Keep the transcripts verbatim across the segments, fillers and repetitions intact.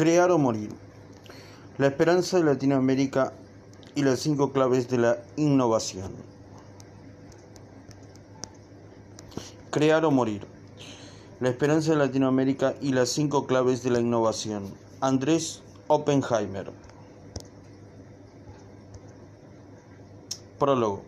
Crear o morir. La esperanza de Latinoamérica y las cinco claves de la innovación. Crear o morir. La esperanza de Latinoamérica y las cinco claves de la innovación. Andrés Oppenheimer. Prólogo.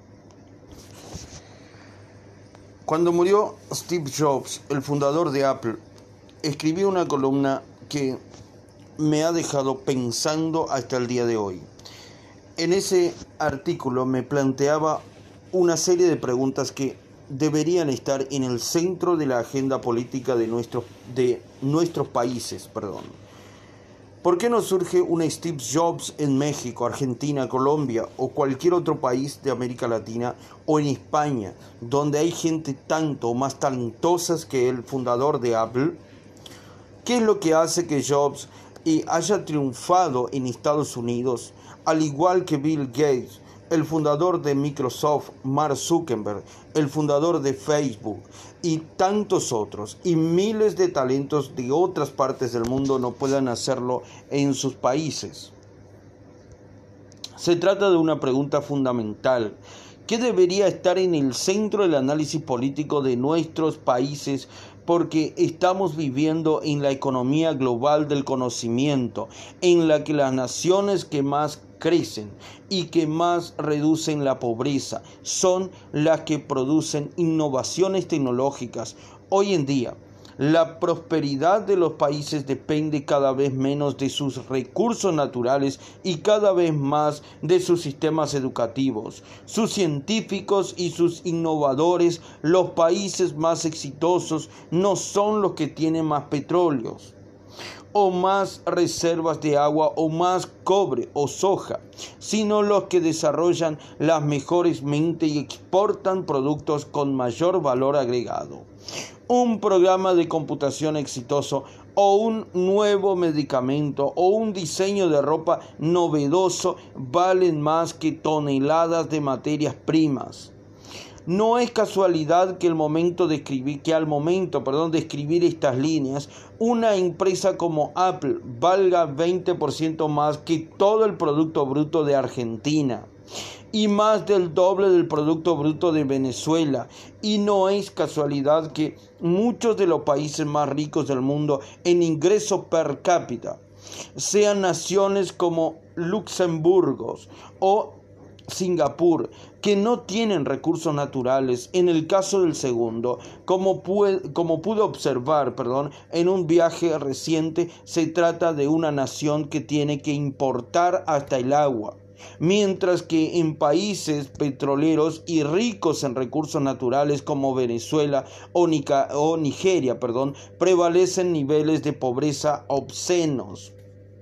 Cuando murió Steve Jobs, el fundador de Apple, escribí una columna que me ha dejado pensando hasta el día de hoy. En ese artículo me planteaba una serie de preguntas que deberían estar en el centro de la agenda política de nuestros, de nuestros países. Perdón. ¿Por qué no surge un Steve Jobs en México, Argentina, Colombia o cualquier otro país de América Latina o en España, donde hay gente tanto o más talentosa que el fundador de Apple? ¿Qué es lo que hace que Jobs y haya triunfado en Estados Unidos, al igual que Bill Gates, el fundador de Microsoft, Mark Zuckerberg, el fundador de Facebook y tantos otros, y miles de talentos de otras partes del mundo no puedan hacerlo en sus países? Se trata de una pregunta fundamental que debería estar en el centro del análisis político de nuestros países, porque estamos viviendo en la economía global del conocimiento, en la que las naciones que más crecen y que más reducen la pobreza son las que producen innovaciones tecnológicas. Hoy en día, la prosperidad de los países depende cada vez menos de sus recursos naturales y cada vez más de sus sistemas educativos, sus científicos y sus innovadores. Los países más exitosos no son los que tienen más petróleos o más reservas de agua o más cobre o soja, sino los que desarrollan las mejores mentes y exportan productos con mayor valor agregado. Un programa de computación exitoso o un nuevo medicamento o un diseño de ropa novedoso valen más que toneladas de materias primas. No es casualidad que, el momento de escribir, que al momento perdón, de escribir estas líneas, una empresa como Apple valga veinte por ciento más que todo el Producto Bruto de Argentina y más del doble del Producto Bruto de Venezuela. Y no es casualidad que muchos de los países más ricos del mundo en ingreso per cápita sean naciones como Luxemburgo o Singapur, que no tienen recursos naturales. En el caso del segundo, como pude, como pude observar perdón, en un viaje reciente, se trata de una nación que tiene que importar hasta el agua, mientras que en países petroleros y ricos en recursos naturales como Venezuela o, Nica, o Nigeria perdón, prevalecen niveles de pobreza obscenos.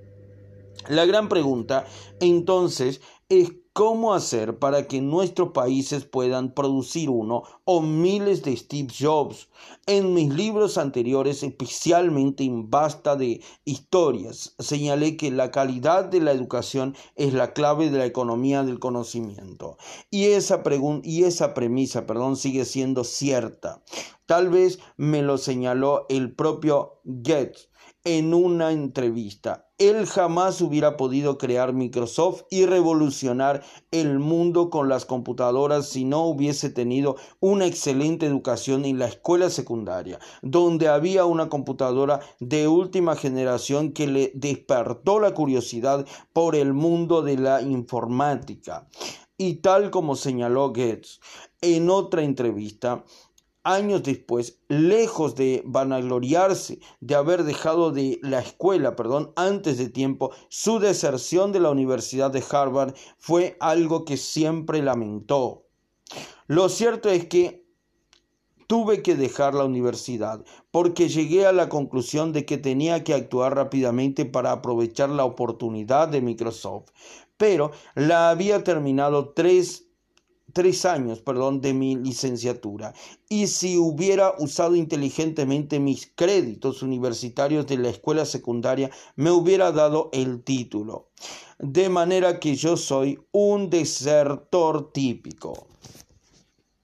La gran pregunta, entonces, es ¿cómo hacer para que nuestros países puedan producir uno o miles de Steve Jobs? En mis libros anteriores, especialmente en Basta de Historias, señalé que la calidad de la educación es la clave de la economía del conocimiento. Y esa, pregun- y esa premisa perdón, sigue siendo cierta. Tal vez me lo señaló el propio Gates en una entrevista. Él jamás hubiera podido crear Microsoft y revolucionar el mundo con las computadoras si no hubiese tenido una excelente educación en la escuela secundaria, donde había una computadora de última generación que le despertó la curiosidad por el mundo de la informática. Y tal como señaló Gates en otra entrevista, años después, lejos de vanagloriarse de haber dejado de la escuela, perdón, antes de tiempo, su deserción de la Universidad de Harvard fue algo que siempre lamentó. Lo cierto es que tuve que dejar la universidad porque llegué a la conclusión de que tenía que actuar rápidamente para aprovechar la oportunidad de Microsoft, pero la había terminado tres Tres años, perdón, de mi licenciatura, y si hubiera usado inteligentemente mis créditos universitarios de la escuela secundaria, me hubiera dado el título. De manera que yo soy un desertor típico.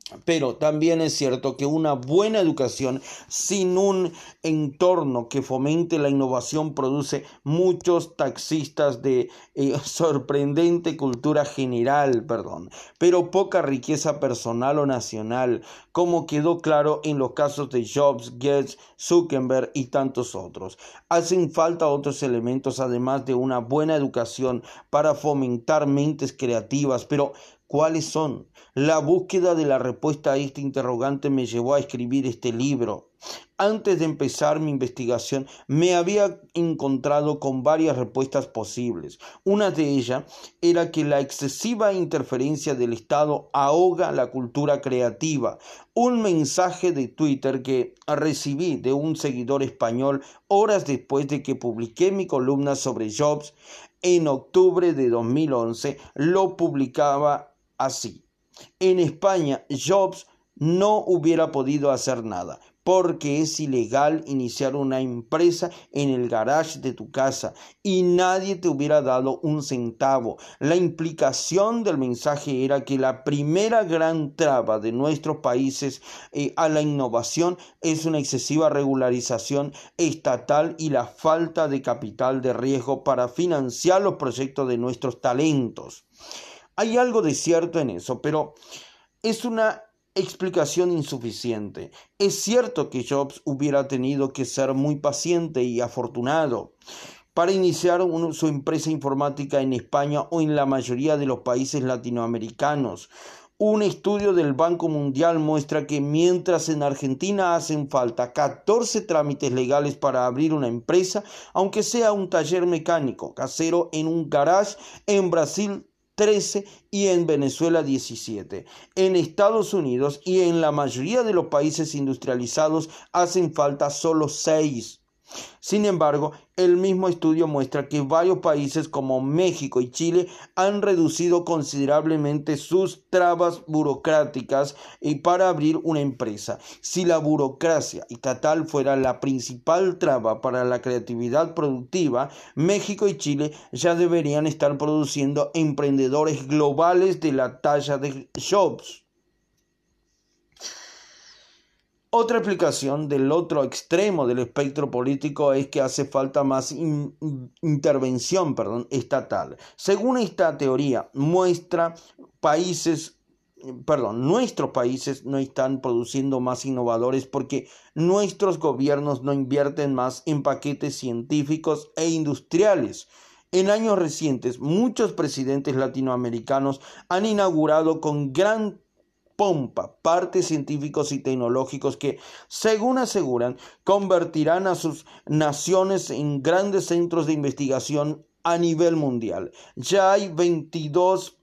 Pero también es cierto que una buena educación sin un entorno que fomente la innovación produce muchos taxistas de eh, sorprendente cultura general, perdón, pero poca riqueza personal o nacional, como quedó claro en los casos de Jobs, Gates, Zuckerberg y tantos otros. Hacen falta otros elementos además de una buena educación para fomentar mentes creativas, pero ¿cuáles son? La búsqueda de la respuesta a este interrogante me llevó a escribir este libro. Antes de empezar mi investigación, me había encontrado con varias respuestas posibles. Una de ellas era que la excesiva interferencia del Estado ahoga la cultura creativa. Un mensaje de Twitter que recibí de un seguidor español horas después de que publiqué mi columna sobre Jobs en octubre de dos mil once lo publicaba así: en España, Jobs no hubiera podido hacer nada, porque es ilegal iniciar una empresa en el garage de tu casa y nadie te hubiera dado un centavo. La implicación del mensaje era que la primera gran traba de nuestros países eh, a la innovación es una excesiva regularización estatal y la falta de capital de riesgo para financiar los proyectos de nuestros talentos. Hay algo de cierto en eso, pero es una explicación insuficiente. Es cierto que Jobs hubiera tenido que ser muy paciente y afortunado para iniciar un, su empresa informática en España o en la mayoría de los países latinoamericanos. Un estudio del Banco Mundial muestra que mientras en Argentina hacen falta catorce trámites legales para abrir una empresa, aunque sea un taller mecánico casero en un garage, en Brasil trece y en Venezuela diecisiete. En Estados Unidos y en la mayoría de los países industrializados hacen falta solo seis. Sin embargo, el mismo estudio muestra que varios países como México y Chile han reducido considerablemente sus trabas burocráticas para abrir una empresa. Si la burocracia estatal fuera la principal traba para la creatividad productiva, México y Chile ya deberían estar produciendo emprendedores globales de la talla de Jobs. Otra explicación del otro extremo del espectro político es que hace falta más in, intervención perdón, estatal. Según esta teoría, muestra países, perdón, nuestros países no están produciendo más innovadores porque nuestros gobiernos no invierten más en paquetes científicos e industriales. En años recientes, muchos presidentes latinoamericanos han inaugurado con gran pompa partes científicos y tecnológicos que, según aseguran, convertirán a sus naciones en grandes centros de investigación a nivel mundial. Ya hay veintidós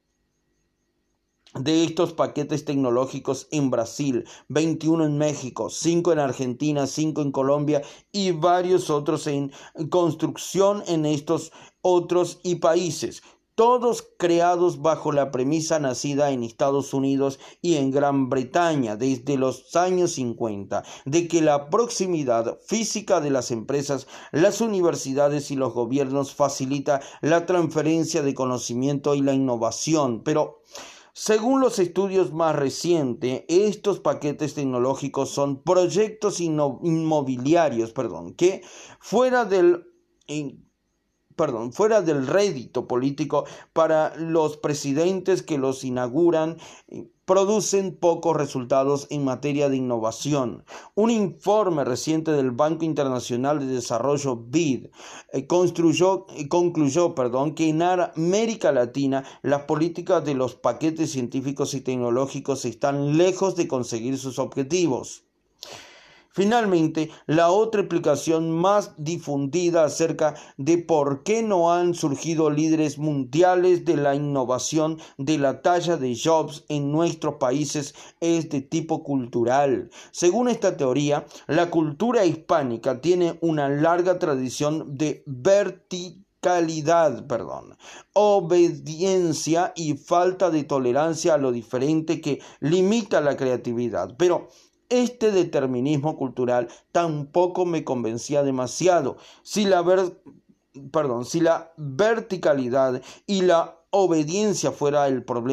de estos paquetes tecnológicos en Brasil, veintiuno en México, cinco en Argentina, cinco en Colombia y varios otros en construcción en estos otros y países. Todos creados bajo la premisa nacida en Estados Unidos y en Gran Bretaña desde los años cincuenta, de que la proximidad física de las empresas, las universidades y los gobiernos facilita la transferencia de conocimiento y la innovación. Pero según los estudios más recientes, estos paquetes tecnológicos son proyectos inmobiliarios, perdón, que fuera del Perdón, fuera del rédito político para los presidentes que los inauguran, producen pocos resultados en materia de innovación. Un informe reciente del Banco Internacional de Desarrollo B I D eh, construyó, eh, concluyó perdón, que en América Latina las políticas de los paquetes científicos y tecnológicos están lejos de conseguir sus objetivos. Finalmente, la otra explicación más difundida acerca de por qué no han surgido líderes mundiales de la innovación de la talla de Jobs en nuestros países es de tipo cultural. Según esta teoría, la cultura hispánica tiene una larga tradición de verticalidad. Calidad, perdón, obediencia y falta de tolerancia a lo diferente que limita la creatividad. Pero este determinismo cultural tampoco me convencía demasiado. Si la, ver, perdón, si la verticalidad y la obediencia fuera el problema,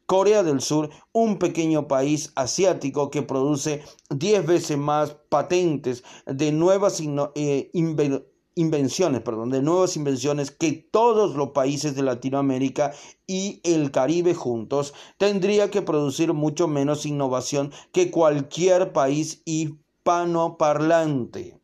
Corea del Sur, un pequeño país asiático que produce diez veces más patentes de nuevas eh, invenciones, perdón, de nuevas invenciones que todos los países de Latinoamérica y el Caribe juntos, tendría que producir mucho menos innovación que cualquier país hispanoparlante.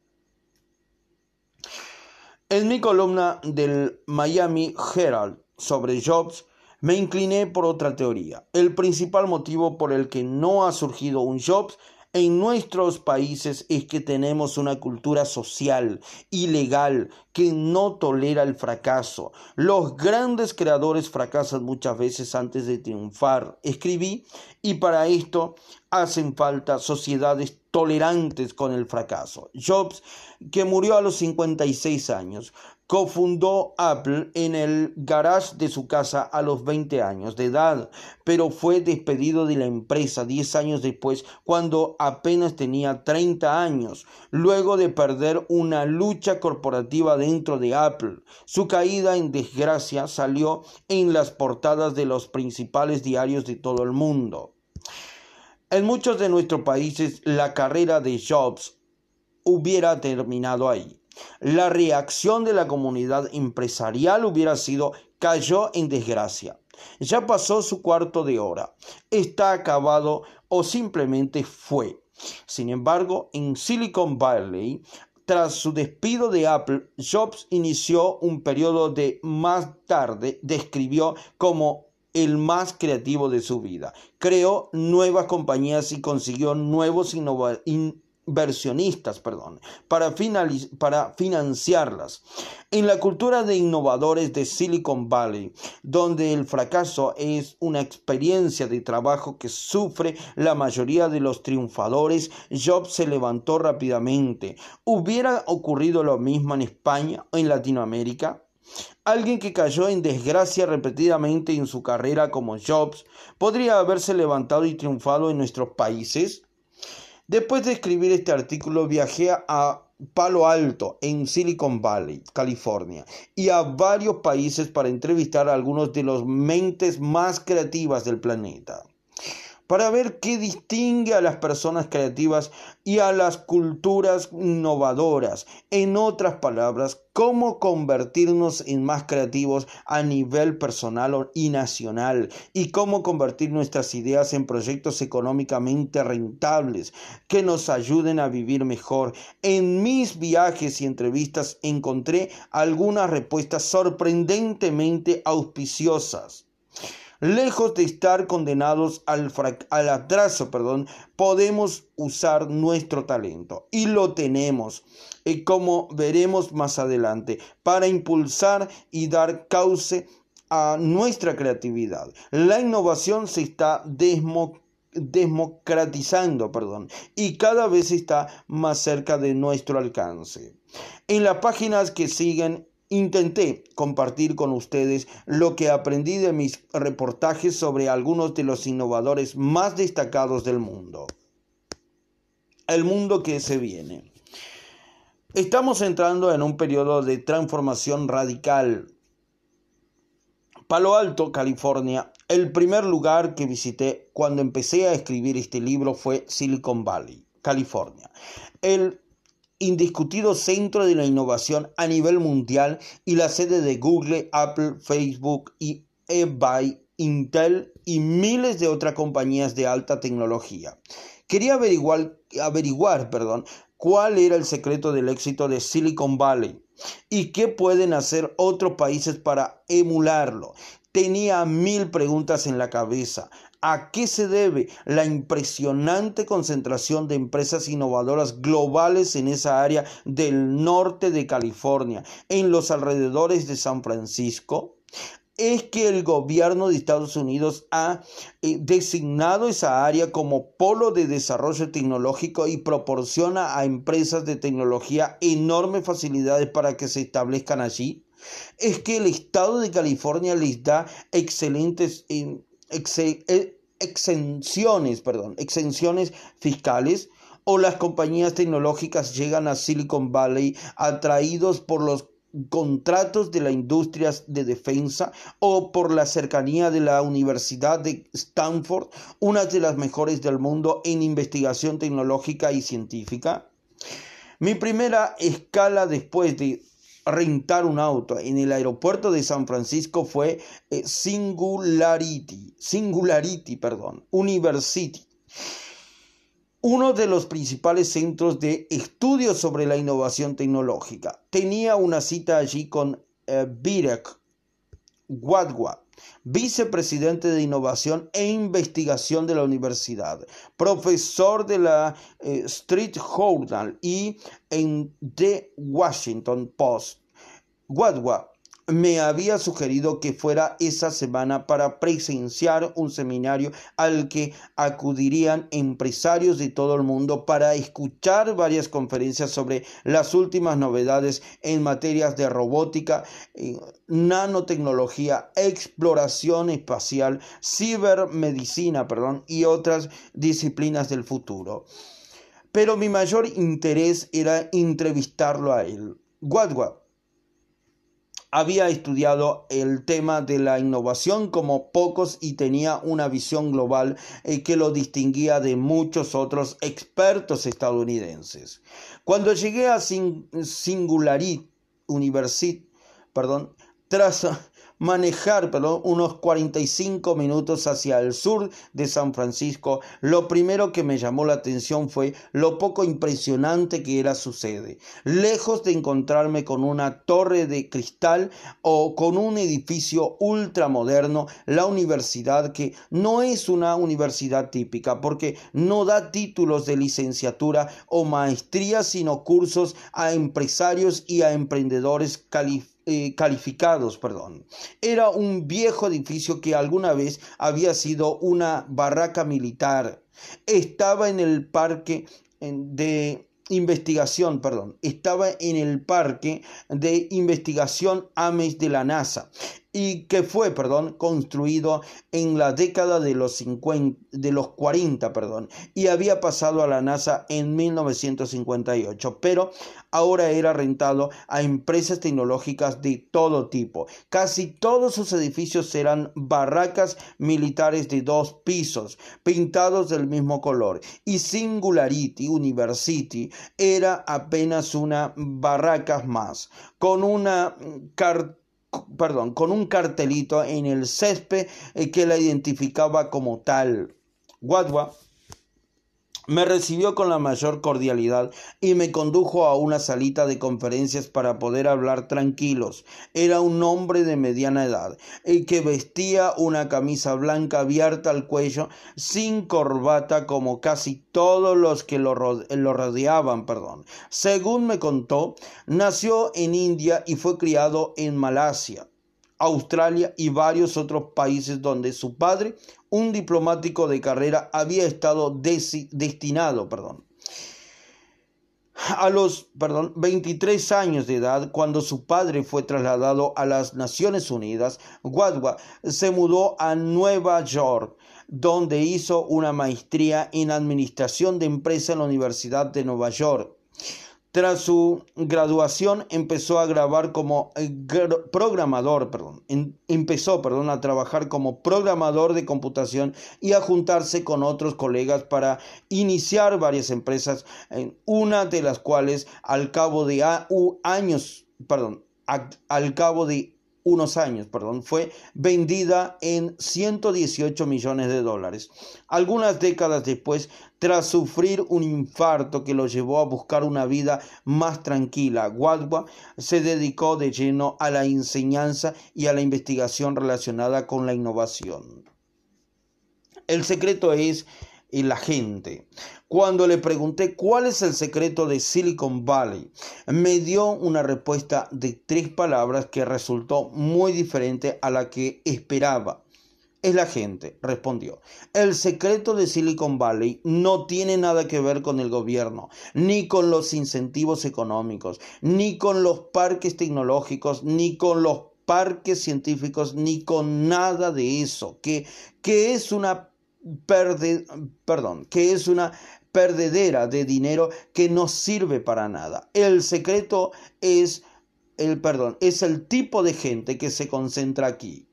En mi columna del Miami Herald sobre Jobs, me incliné por otra teoría. El principal motivo por el que no ha surgido un Jobs en nuestros países es que tenemos una cultura social y legal que no tolera el fracaso. Los grandes creadores fracasan muchas veces antes de triunfar. Escribí, y para esto hacen falta sociedades tolerantes con el fracaso. Jobs, que murió a los cincuenta y seis años, cofundó Apple en el garage de su casa a los veinte años de edad, pero fue despedido de la empresa diez años después, cuando apenas tenía treinta años, luego de perder una lucha corporativa dentro de Apple. Su caída en desgracia salió en las portadas de los principales diarios de todo el mundo. En muchos de nuestros países, la carrera de Jobs hubiera terminado ahí. La reacción de la comunidad empresarial hubiera sido: cayó en desgracia, ya pasó su cuarto de hora, está acabado, o simplemente fue. Sin embargo, en Silicon Valley, tras su despido de Apple, Jobs inició un periodo de más tarde describió como el más creativo de su vida. Creó nuevas compañías y consiguió nuevos innovadores. inversionistas, perdón, para, para financiarlas. En la cultura de innovadores de Silicon Valley, donde el fracaso es una experiencia de trabajo que sufre la mayoría de los triunfadores, Jobs se levantó rápidamente. ¿Hubiera ocurrido lo mismo en España o en Latinoamérica? Alguien que cayó en desgracia repetidamente en su carrera como Jobs, ¿podría haberse levantado y triunfado en nuestros países? Después de escribir este artículo, viajé a Palo Alto, en Silicon Valley, California, y a varios países para entrevistar a algunos de los mentes más creativas del planeta, para ver qué distingue a las personas creativas y a las culturas innovadoras. En otras palabras, cómo convertirnos en más creativos a nivel personal y nacional, y cómo convertir nuestras ideas en proyectos económicamente rentables que nos ayuden a vivir mejor. En mis viajes y entrevistas encontré algunas respuestas sorprendentemente auspiciosas. Lejos de estar condenados al, al atraso, perdón, podemos usar nuestro talento, y lo tenemos, eh, como veremos más adelante, para impulsar y dar cauce a nuestra creatividad. La innovación se está desmo, democratizando, perdón, y cada vez está más cerca de nuestro alcance. En las páginas que siguen, intenté compartir con ustedes lo que aprendí de mis reportajes sobre algunos de los innovadores más destacados del mundo. El mundo que se viene. Estamos entrando en un periodo de transformación radical. Palo Alto, California. El primer lugar que visité cuando empecé a escribir este libro fue Silicon Valley, California. El indiscutido centro de la innovación a nivel mundial y la sede de Google, Apple, Facebook y eBay, Intel y miles de otras compañías de alta tecnología. Quería averiguar, averiguar perdón, cuál era el secreto del éxito de Silicon Valley y qué pueden hacer otros países para emularlo. Tenía mil preguntas en la cabeza. ¿A qué se debe la impresionante concentración de empresas innovadoras globales en esa área del norte de California, en los alrededores de San Francisco? ¿Es que el gobierno de Estados Unidos ha eh, designado esa área como polo de desarrollo tecnológico y proporciona a empresas de tecnología enormes facilidades para que se establezcan allí? ¿Es que el estado de California les da excelentes eh, exenciones, perdón, exenciones fiscales? ¿O las compañías tecnológicas llegan a Silicon Valley atraídos por los contratos de la industria de defensa o por la cercanía de la Universidad de Stanford, una de las mejores del mundo en investigación tecnológica y científica? Mi primera escala después de rentar un auto en el aeropuerto de San Francisco fue eh, Singularity, Singularity, perdón, University, uno de los principales centros de estudios sobre la innovación tecnológica. Tenía una cita allí con eh, Vivek Wadhwa, vicepresidente de Innovación e Investigación de la universidad, profesor de la eh, Street Journal y en The Washington Post. Wadhwa me había sugerido que fuera esa semana para presenciar un seminario al que acudirían empresarios de todo el mundo para escuchar varias conferencias sobre las últimas novedades en materias de robótica, eh, nanotecnología, exploración espacial, cibermedicina, perdón, y otras disciplinas del futuro. Pero mi mayor interés era entrevistarlo a él. Wadhwa había estudiado el tema de la innovación como pocos y tenía una visión global eh, que lo distinguía de muchos otros expertos estadounidenses. Cuando llegué a Sing Singularity University, perdón, tras manejar perdón, unos cuarenta y cinco minutos hacia el sur de San Francisco, lo primero que me llamó la atención fue lo poco impresionante que era su sede. Lejos de encontrarme con una torre de cristal o con un edificio ultramoderno, la universidad, que no es una universidad típica porque no da títulos de licenciatura o maestría, sino cursos a empresarios y a emprendedores calificados. Eh, calificados, perdón. Era un viejo edificio que alguna vez había sido una barraca militar. Estaba en el parque de investigación, perdón, estaba en el parque de investigación Ames de la NASA y que fue, perdón, construido en la década de los cincuenta, de los cuarenta, perdón, y había pasado a la NASA en mil novecientos cincuenta y ocho, pero ahora era rentado a empresas tecnológicas de todo tipo. Casi todos sus edificios eran barracas militares de dos pisos, pintados del mismo color, y Singularity University era apenas una barraca más, con una carta Perdón, con un cartelito en el césped eh, que la identificaba como tal. Wadhwa me recibió con la mayor cordialidad y me condujo a una salita de conferencias para poder hablar tranquilos. Era un hombre de mediana edad, el que vestía una camisa blanca abierta al cuello, sin corbata como casi todos los que lo, rode lo rodeaban. Perdón. Según me contó, nació en India y fue criado en Malasia, Australia y varios otros países donde su padre, un diplomático de carrera, había estado destinado, perdón. A los perdón, veintitrés años de edad, cuando su padre fue trasladado a las Naciones Unidas, Wadhwa se mudó a Nueva York, donde hizo una maestría en Administración de Empresa en la Universidad de Nueva York. Tras su graduación empezó a grabar como programador, perdón, en, empezó, perdón, a trabajar como programador de computación y a juntarse con otros colegas para iniciar varias empresas, una de las cuales al cabo de a, u, años, perdón, a, al cabo de unos años, perdón, fue vendida en ciento dieciocho millones de dólares. Algunas décadas después, tras sufrir un infarto que lo llevó a buscar una vida más tranquila, Wadhwa se dedicó de lleno a la enseñanza y a la investigación relacionada con la innovación. El secreto es la gente. Cuando le pregunté cuál es el secreto de Silicon Valley, me dio una respuesta de tres palabras que resultó muy diferente a la que esperaba. Es la gente, respondió. El secreto de Silicon Valley no tiene nada que ver con el gobierno, ni con los incentivos económicos, ni con los parques tecnológicos, ni con los parques científicos, ni con nada de eso, que, que es una Perde, perdón, que es una perdedera de dinero que no sirve para nada. El secreto es el perdón, es el tipo de gente que se concentra aquí.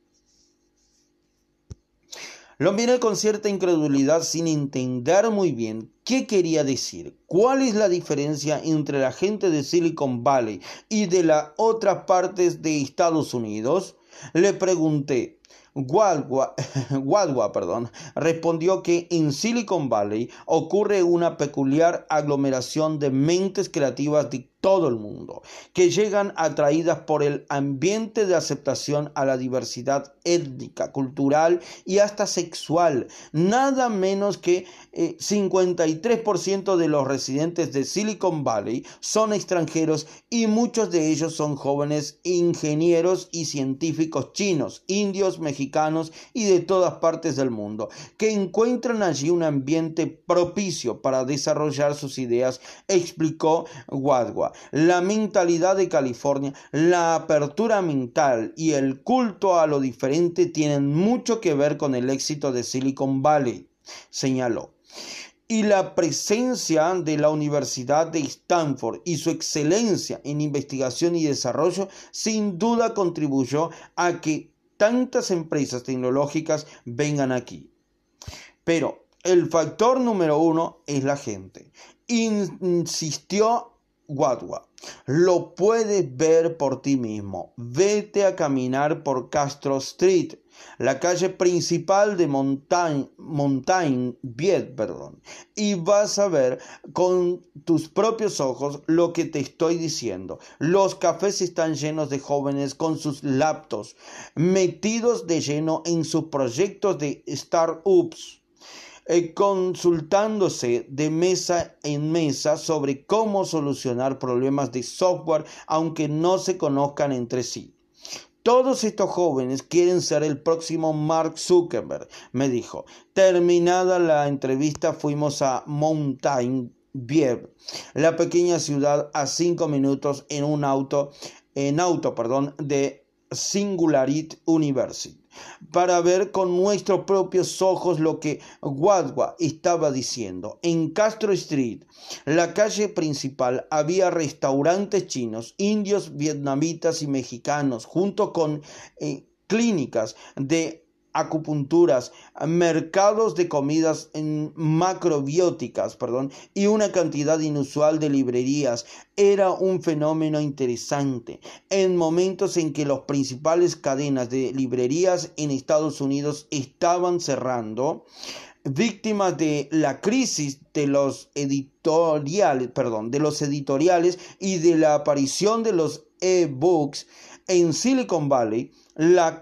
Lo miré con cierta incredulidad sin entender muy bien qué quería decir. ¿Cuál es la diferencia entre la gente de Silicon Valley y de las otras partes de Estados Unidos? Le pregunté. Wadwa, Wadwa, perdón, respondió que en Silicon Valley ocurre una peculiar aglomeración de mentes creativas de todo el mundo, que llegan atraídas por el ambiente de aceptación a la diversidad étnica, cultural y hasta sexual. Nada menos que eh, cincuenta y tres por ciento de los residentes de Silicon Valley son extranjeros y muchos de ellos son jóvenes ingenieros y científicos chinos, indios, mexicanos y de todas partes del mundo, que encuentran allí un ambiente propicio para desarrollar sus ideas, explicó Wadwa. La mentalidad de California, la apertura mental y el culto a lo diferente tienen mucho que ver con el éxito de Silicon Valley, señaló. Y la presencia de la Universidad de Stanford y su excelencia en investigación y desarrollo sin duda contribuyó a que tantas empresas tecnológicas vengan aquí. Pero el factor número uno es la gente, insistió Wadwa. Lo puedes ver por ti mismo. Vete a caminar por Castro Street, la calle principal de Mountain, Mountain View, perdón, y vas a ver con tus propios ojos lo que te estoy diciendo. Los cafés están llenos de jóvenes con sus laptops, metidos de lleno en sus proyectos de startups. Eh, consultándose de mesa en mesa sobre cómo solucionar problemas de software aunque no se conozcan entre sí. Todos estos jóvenes quieren ser el próximo Mark Zuckerberg, me dijo. Terminada la entrevista fuimos a Mountain View, la pequeña ciudad a cinco minutos en un auto, en auto, perdón, de Singularity University, para ver con nuestros propios ojos lo que Wadwa estaba diciendo. En Castro Street, la calle principal, había restaurantes chinos, indios, vietnamitas y mexicanos, junto con eh, clínicas de acupunturas, mercados de comidas en macrobióticas, perdón, y una cantidad inusual de librerías. Era un fenómeno interesante. En momentos en que las principales cadenas de librerías en Estados Unidos estaban cerrando, víctimas de la crisis de los editoriales, perdón, de los editoriales y de la aparición de los e-books, en Silicon Valley, la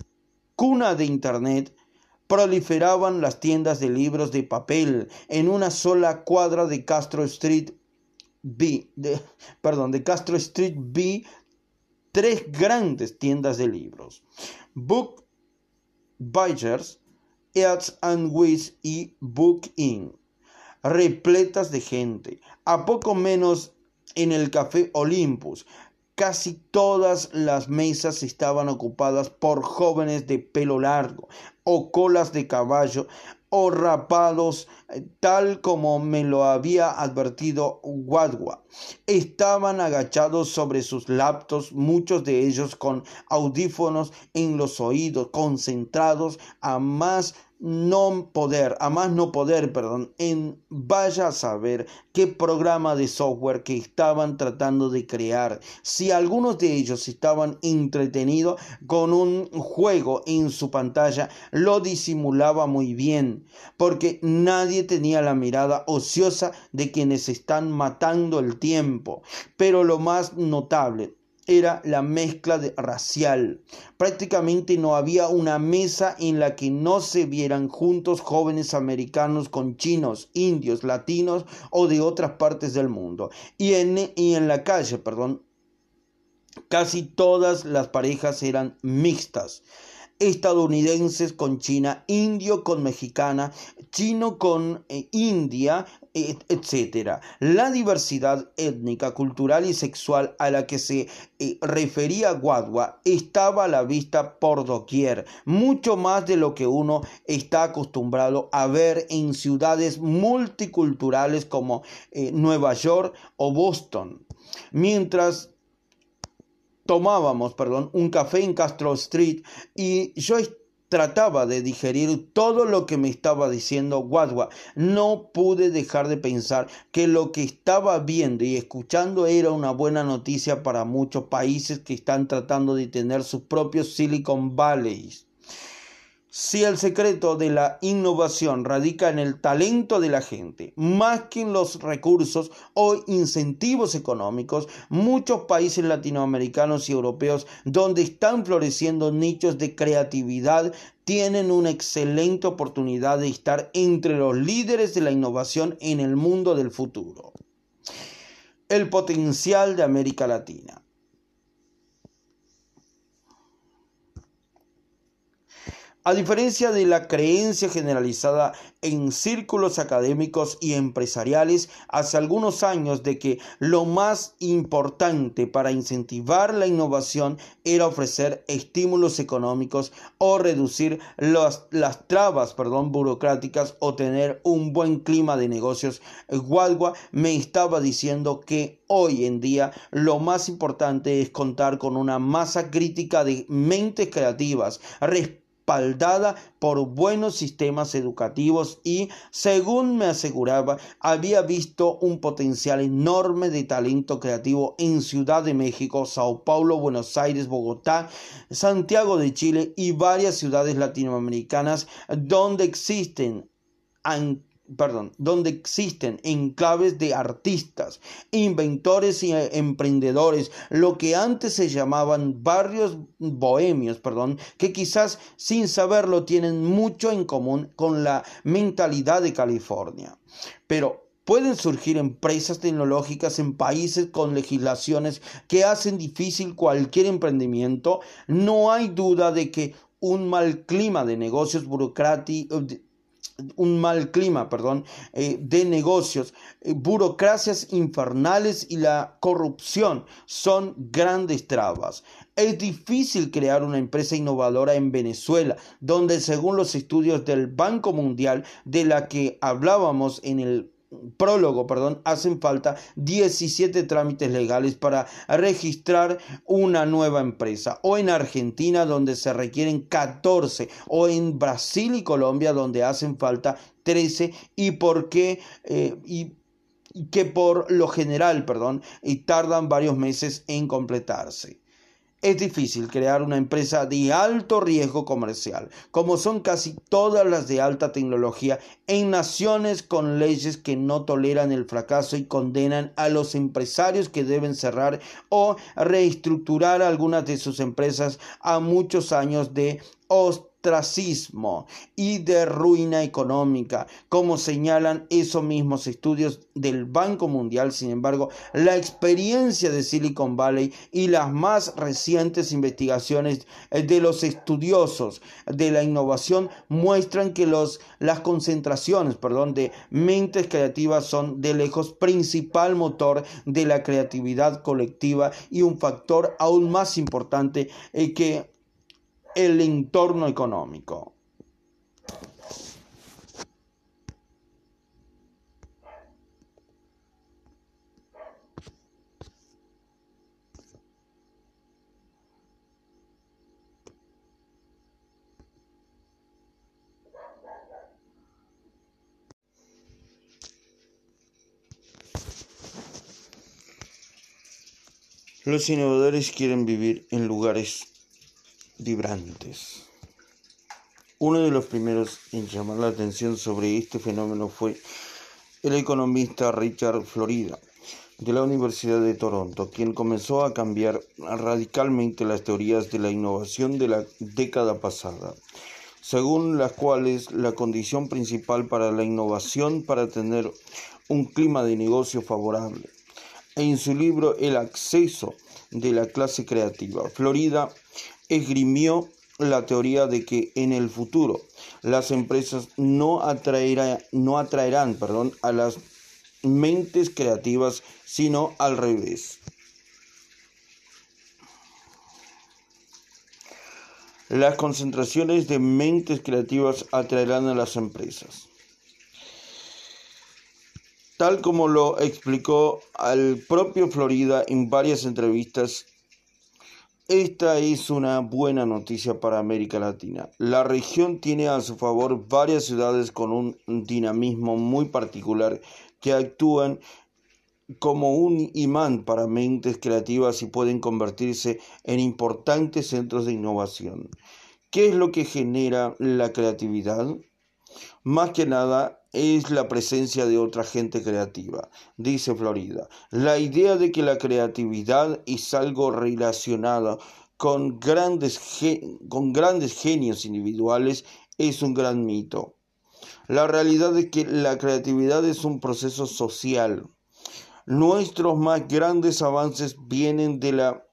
cuna de Internet, proliferaban las tiendas de libros de papel en una sola cuadra de Castro Street B, de, perdón, de Castro Street B, tres grandes tiendas de libros, Book Buyers, Eats and Wish y Book Inn, repletas de gente. A poco menos en el Café Olympus, casi todas las mesas estaban ocupadas por jóvenes de pelo largo o colas de caballo o rapados, tal como me lo había advertido Wadwa. Estaban agachados sobre sus laptops, muchos de ellos con audífonos en los oídos, concentrados a más no poder, a más no poder, perdón, en vaya a saber qué programa de software que estaban tratando de crear. Si algunos de ellos estaban entretenidos con un juego en su pantalla, lo disimulaba muy bien, porque nadie tenía la mirada ociosa de quienes están matando el tiempo. Pero lo más notable era la mezcla de racial. Prácticamente no había una mesa en la que no se vieran juntos jóvenes americanos con chinos, indios, latinos o de otras partes del mundo. Y en, y en la calle, perdón, casi todas las parejas eran mixtas. Estadounidenses con China, indio con mexicana, chino con eh, India, etcétera. La diversidad étnica, cultural y sexual a la que se eh, refería Wadwa estaba a la vista por doquier, mucho más de lo que uno está acostumbrado a ver en ciudades multiculturales como eh, Nueva York o Boston. Mientras tomábamos, perdón, un café en Castro Street y yo trataba de digerir todo lo que me estaba diciendo Wadhwa. No pude dejar de pensar que lo que estaba viendo y escuchando era una buena noticia para muchos países que están tratando de tener sus propios Silicon Valleys. Si el secreto de la innovación radica en el talento de la gente, más que en los recursos o incentivos económicos, muchos países latinoamericanos y europeos donde están floreciendo nichos de creatividad tienen una excelente oportunidad de estar entre los líderes de la innovación en el mundo del futuro. El potencial de América Latina. A diferencia de la creencia generalizada en círculos académicos y empresariales hace algunos años de que lo más importante para incentivar la innovación era ofrecer estímulos económicos o reducir los, las trabas perdón, burocráticas o tener un buen clima de negocios, Wadhwa me estaba diciendo que hoy en día lo más importante es contar con una masa crítica de mentes creativas, respaldada por buenos sistemas educativos y, según me aseguraba, había visto un potencial enorme de talento creativo en Ciudad de México, Sao Paulo, Buenos Aires, Bogotá, Santiago de Chile y varias ciudades latinoamericanas donde existen Perdón, donde existen enclaves de artistas, inventores y emprendedores, lo que antes se llamaban barrios bohemios, perdón, que quizás sin saberlo tienen mucho en común con la mentalidad de California. Pero pueden surgir empresas tecnológicas en países con legislaciones que hacen difícil cualquier emprendimiento. No hay duda de que un mal clima de negocios burocráticos un mal clima, perdón, eh, de negocios, eh, burocracias infernales y la corrupción son grandes trabas. Es difícil crear una empresa innovadora en Venezuela, donde según los estudios del Banco Mundial, de la que hablábamos en el prólogo, perdón, hacen falta diecisiete trámites legales para registrar una nueva empresa, o en Argentina donde se requieren catorce, o en Brasil y Colombia donde hacen falta trece, y por qué eh, y que por lo general, perdón, y tardan varios meses en completarse. Es difícil crear una empresa de alto riesgo comercial, como son casi todas las de alta tecnología, en naciones con leyes que no toleran el fracaso y condenan a los empresarios que deben cerrar o reestructurar algunas de sus empresas a muchos años de ostracismo y de ruina económica, como señalan esos mismos estudios del Banco Mundial. Sin embargo, la experiencia de Silicon Valley y las más recientes investigaciones de los estudiosos de la innovación muestran que los, las concentraciones perdón, de mentes creativas son de lejos principal motor de la creatividad colectiva y un factor aún más importante eh, que el entorno económico. Los innovadores quieren vivir en lugares vibrantes. Uno de los primeros en llamar la atención sobre este fenómeno fue el economista Richard Florida, de la Universidad de Toronto, quien comenzó a cambiar radicalmente las teorías de la innovación de la década pasada, según las cuales la condición principal para la innovación para tener un clima de negocio favorable. En su libro El acceso de la clase creativa, Florida esgrimió la teoría de que en el futuro las empresas no, atraerá, no atraerán perdón, a las mentes creativas, sino al revés. Las concentraciones de mentes creativas atraerán a las empresas. Tal como lo explicó al propio Florida en varias entrevistas Esta es una buena noticia para América Latina. La región tiene a su favor varias ciudades con un dinamismo muy particular que actúan como un imán para mentes creativas y pueden convertirse en importantes centros de innovación. ¿Qué es lo que genera la creatividad? Más que nada es la presencia de otra gente creativa, dice Florida. La idea de que la creatividad es algo relacionado con grandes, con grandes genios individuales es un gran mito. La realidad es que la creatividad es un proceso social. Nuestros más grandes avances vienen de la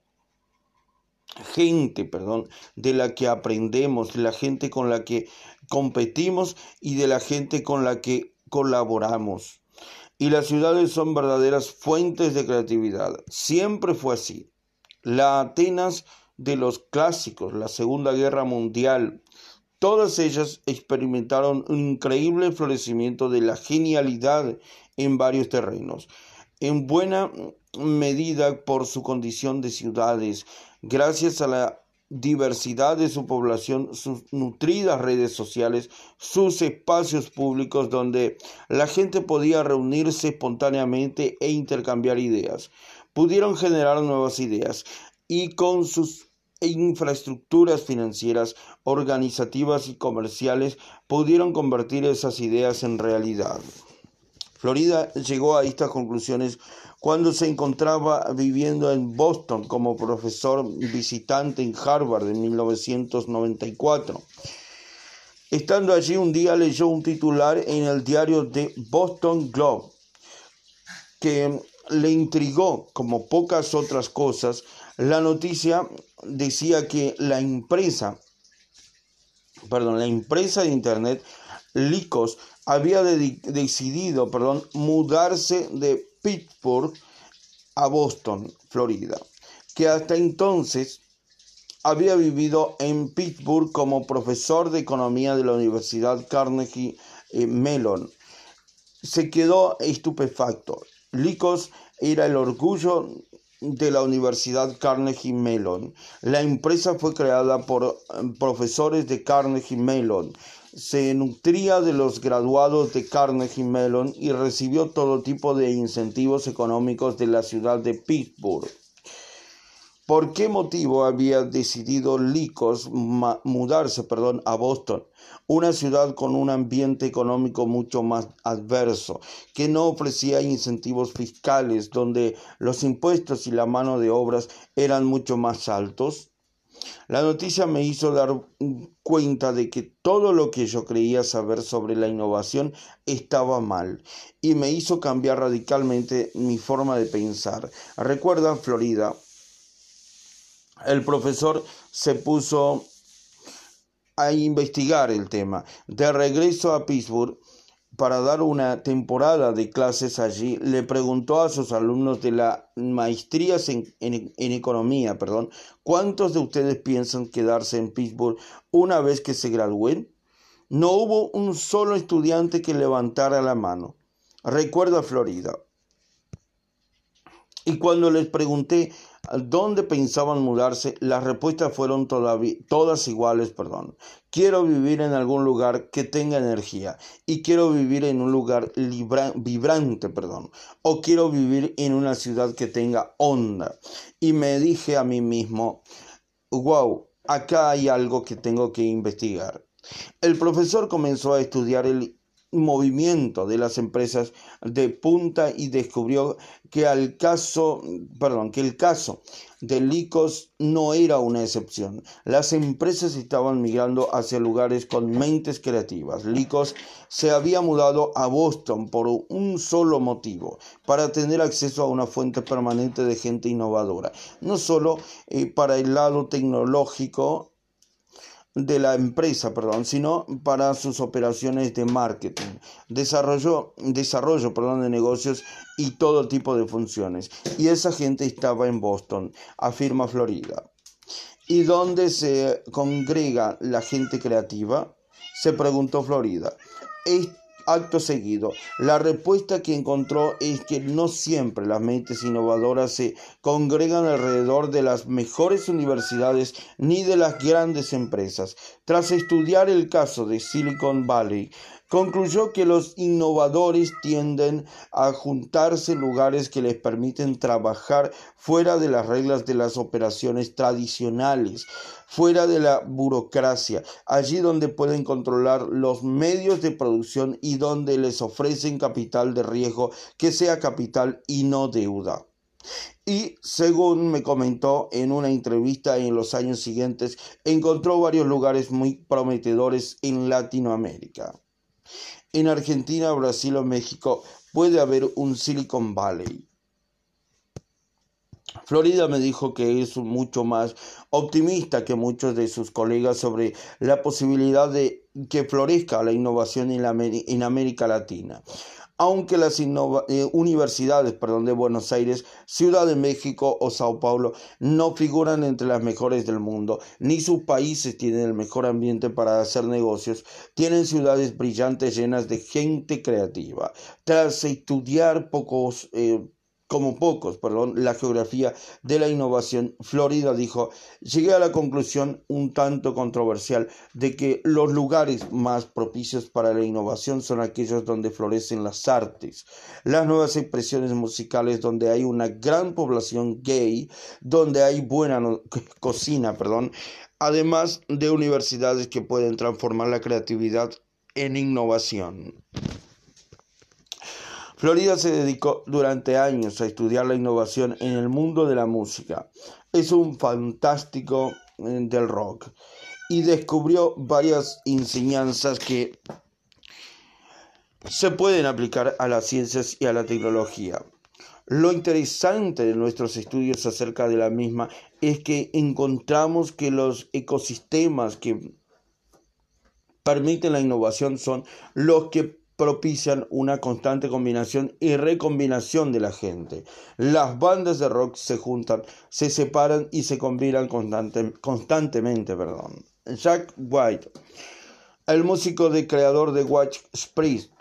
gente, perdón, de la que aprendemos, de la gente con la que competimos y de la gente con la que colaboramos. Y las ciudades son verdaderas fuentes de creatividad. Siempre fue así. La Atenas de los clásicos, la Segunda Guerra Mundial, todas ellas experimentaron un increíble florecimiento de la genialidad en varios terrenos. En buena medida por su condición de ciudades, gracias a la diversidad de su población, sus nutridas redes sociales, sus espacios públicos donde la gente podía reunirse espontáneamente e intercambiar ideas. Pudieron generar nuevas ideas y con sus infraestructuras financieras, organizativas y comerciales pudieron convertir esas ideas en realidad. Florida llegó a estas conclusiones cuando se encontraba viviendo en Boston como profesor visitante en Harvard en mil novecientos noventa y cuatro. Estando allí un día leyó un titular en el diario The Boston Globe que le intrigó como pocas otras cosas. La noticia decía que la empresa, perdón, la empresa de internet Lycos había de- decidido perdón, mudarse de Pittsburgh a Boston, Florida, que hasta entonces había vivido en Pittsburgh como profesor de economía de la Universidad Carnegie eh, Mellon. Se quedó estupefacto. Lycos era el orgullo de la Universidad Carnegie Mellon. La empresa fue creada por eh, profesores de Carnegie Mellon. Se nutría de los graduados de Carnegie Mellon y recibió todo tipo de incentivos económicos de la ciudad de Pittsburgh. ¿Por qué motivo había decidido Lycos mudarse perdón, a Boston, una ciudad con un ambiente económico mucho más adverso, que no ofrecía incentivos fiscales, donde los impuestos y la mano de obras eran mucho más altos? La noticia me hizo dar cuenta de que todo lo que yo creía saber sobre la innovación estaba mal y me hizo cambiar radicalmente mi forma de pensar. Recuerda, Florida, el profesor se puso a investigar el tema. De regreso a Pittsburgh para dar una temporada de clases allí, le preguntó a sus alumnos de la maestría en, en, en economía, perdón, ¿cuántos de ustedes piensan quedarse en Pittsburgh una vez que se gradúen? No hubo un solo estudiante que levantara la mano. Recuerda, Florida. Y cuando les pregunté dónde pensaban mudarse, las respuestas fueron todavía, todas iguales, perdón. Quiero vivir en algún lugar que tenga energía y quiero vivir en un lugar libra, vibrante, perdón. O quiero vivir en una ciudad que tenga onda. Y me dije a mí mismo, wow, acá hay algo que tengo que investigar. El profesor comenzó a estudiar el movimiento de las empresas de punta y descubrió que el caso, perdón, que el caso de Lycos no era una excepción. Las empresas estaban migrando hacia lugares con mentes creativas. Lycos se había mudado a Boston por un solo motivo, para tener acceso a una fuente permanente de gente innovadora, no solo eh, para el lado tecnológico de la empresa, perdón, sino para sus operaciones de marketing, desarrollo, desarrollo perdón, de negocios y todo tipo de funciones. Y esa gente estaba en Boston, afirma Florida. ¿Y dónde se congrega la gente creativa?, se preguntó Florida. Acto seguido, la respuesta que encontró es que no siempre las mentes innovadoras se congregan alrededor de las mejores universidades ni de las grandes empresas. Tras estudiar el caso de Silicon Valley, concluyó que los innovadores tienden a juntarse en lugares que les permiten trabajar fuera de las reglas de las operaciones tradicionales, fuera de la burocracia, allí donde pueden controlar los medios de producción y donde les ofrecen capital de riesgo que sea capital y no deuda. Y según me comentó en una entrevista en los años siguientes, encontró varios lugares muy prometedores en Latinoamérica. En Argentina, Brasil o México puede haber un Silicon Valley. Florida me dijo que es mucho más optimista que muchos de sus colegas sobre la posibilidad de que florezca la innovación en, la, en América Latina. Aunque las innova, eh, universidades perdón, de Buenos Aires, Ciudad de México o Sao Paulo no figuran entre las mejores del mundo, ni sus países tienen el mejor ambiente para hacer negocios, tienen ciudades brillantes llenas de gente creativa. Tras estudiar pocos... Eh, como pocos, perdón, la geografía de la innovación, Florida dijo, llegué a la conclusión un tanto controversial de que los lugares más propicios para la innovación son aquellos donde florecen las artes, las nuevas expresiones musicales, donde hay una gran población gay, donde hay buena no- cocina, perdón, además de universidades que pueden transformar la creatividad en innovación. Florida se dedicó durante años a estudiar la innovación en el mundo de la música. Es un fantástico del rock y descubrió varias enseñanzas que se pueden aplicar a las ciencias y a la tecnología. Lo interesante de nuestros estudios acerca de la misma es que encontramos que los ecosistemas que permiten la innovación son los que propician una constante combinación y recombinación de la gente. Las bandas de rock se juntan, se separan y se combinan constante, constantemente. Perdón. Jack White, el músico y creador de White Priest,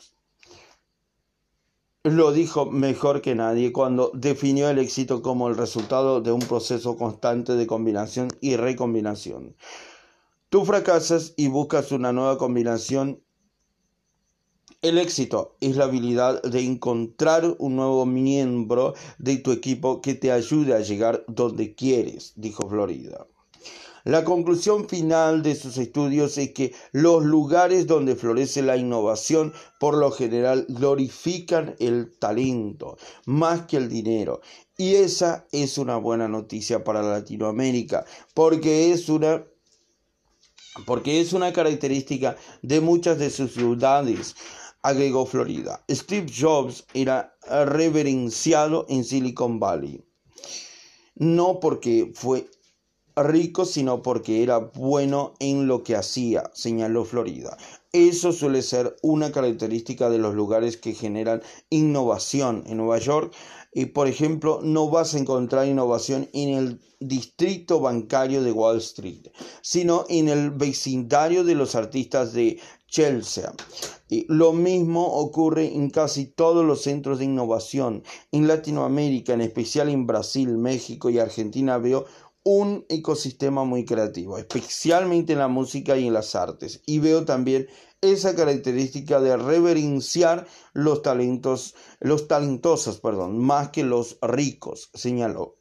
lo dijo mejor que nadie cuando definió el éxito como el resultado de un proceso constante de combinación y recombinación. Tú fracasas y buscas una nueva combinación. El éxito es la habilidad de encontrar un nuevo miembro de tu equipo que te ayude a llegar donde quieres, dijo Florida. La conclusión final de sus estudios es que los lugares donde florece la innovación por lo general glorifican el talento más que el dinero. Y esa es una buena noticia para Latinoamérica, porque es una, porque es una característica de muchas de sus ciudades, agregó Florida. Steve Jobs era reverenciado en Silicon Valley, no porque fue rico, sino porque era bueno en lo que hacía, señaló Florida. Eso suele ser una característica de los lugares que generan innovación. En Nueva York, y por ejemplo, no vas a encontrar innovación en el distrito bancario de Wall Street, sino en el vecindario de los artistas de Chelsea. Y lo mismo ocurre en casi todos los centros de innovación. En Latinoamérica, en especial en Brasil, México y Argentina, veo un ecosistema muy creativo, especialmente en la música y en las artes. Y veo también esa característica de reverenciar los talentos, los talentosos, perdón, más que los ricos, señaló.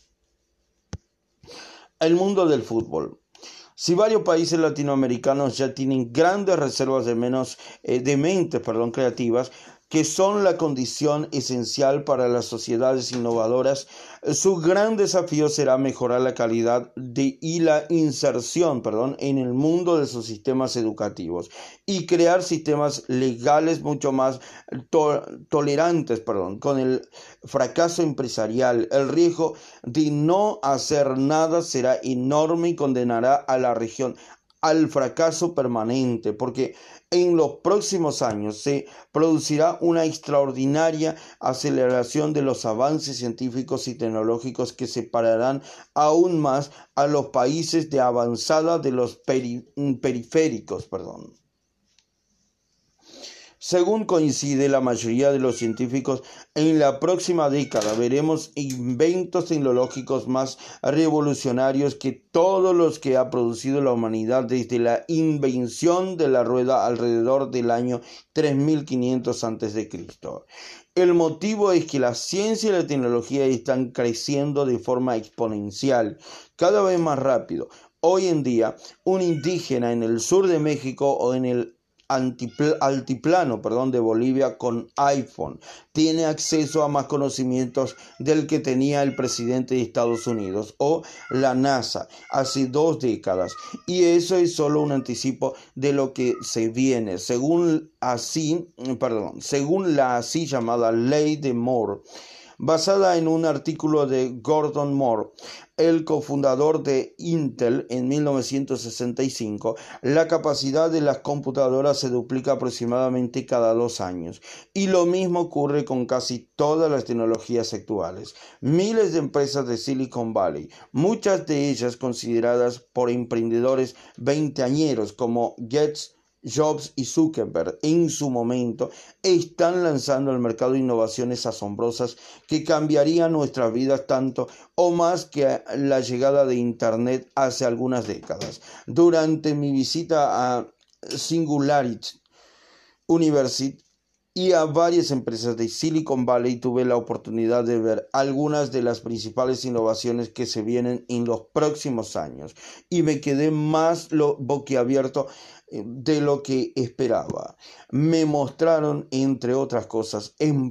El mundo del fútbol. Si varios países latinoamericanos ya tienen grandes reservas de, menos, eh, de mentes perdón, creativas, que son la condición esencial para las sociedades innovadoras, su gran desafío será mejorar la calidad de, y la inserción perdón, en el mundo de sus sistemas educativos y crear sistemas legales mucho más to tolerantes perdón, con el fracaso empresarial. El riesgo de no hacer nada será enorme y condenará a la región al fracaso permanente, porque en los próximos años se producirá una extraordinaria aceleración de los avances científicos y tecnológicos que separarán aún más a los países de avanzada de los peri periféricos. Perdón. Según coincide la mayoría de los científicos, en la próxima década veremos inventos tecnológicos más revolucionarios que todos los que ha producido la humanidad desde la invención de la rueda alrededor del año tres mil quinientos antes de Cristo. El motivo es que la ciencia y la tecnología están creciendo de forma exponencial, cada vez más rápido. Hoy en día, un indígena en el sur de México o en el altiplano perdón, de Bolivia con iPhone tiene acceso a más conocimientos del que tenía el presidente de Estados Unidos o la NASA hace dos décadas, y eso es solo un anticipo de lo que se viene, según así, perdón, según la así llamada ley de Moore, basada en un artículo de Gordon Moore, el cofundador de Intel en mil novecientos sesenta y cinco. La capacidad de las computadoras se duplica aproximadamente cada dos años, y lo mismo ocurre con casi todas las tecnologías actuales. Miles de empresas de Silicon Valley, muchas de ellas consideradas por emprendedores veinteañeros como Gates, Jobs y Zuckerberg en su momento, están lanzando al mercado innovaciones asombrosas que cambiarían nuestras vidas tanto o más que la llegada de Internet hace algunas décadas. Durante mi visita a Singularity University y a varias empresas de Silicon Valley tuve la oportunidad de ver algunas de las principales innovaciones que se vienen en los próximos años, y me quedé más lo boquiabierto de lo que esperaba. Me mostraron, entre otras cosas,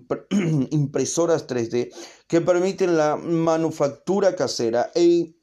impresoras tres D que permiten la manufactura casera e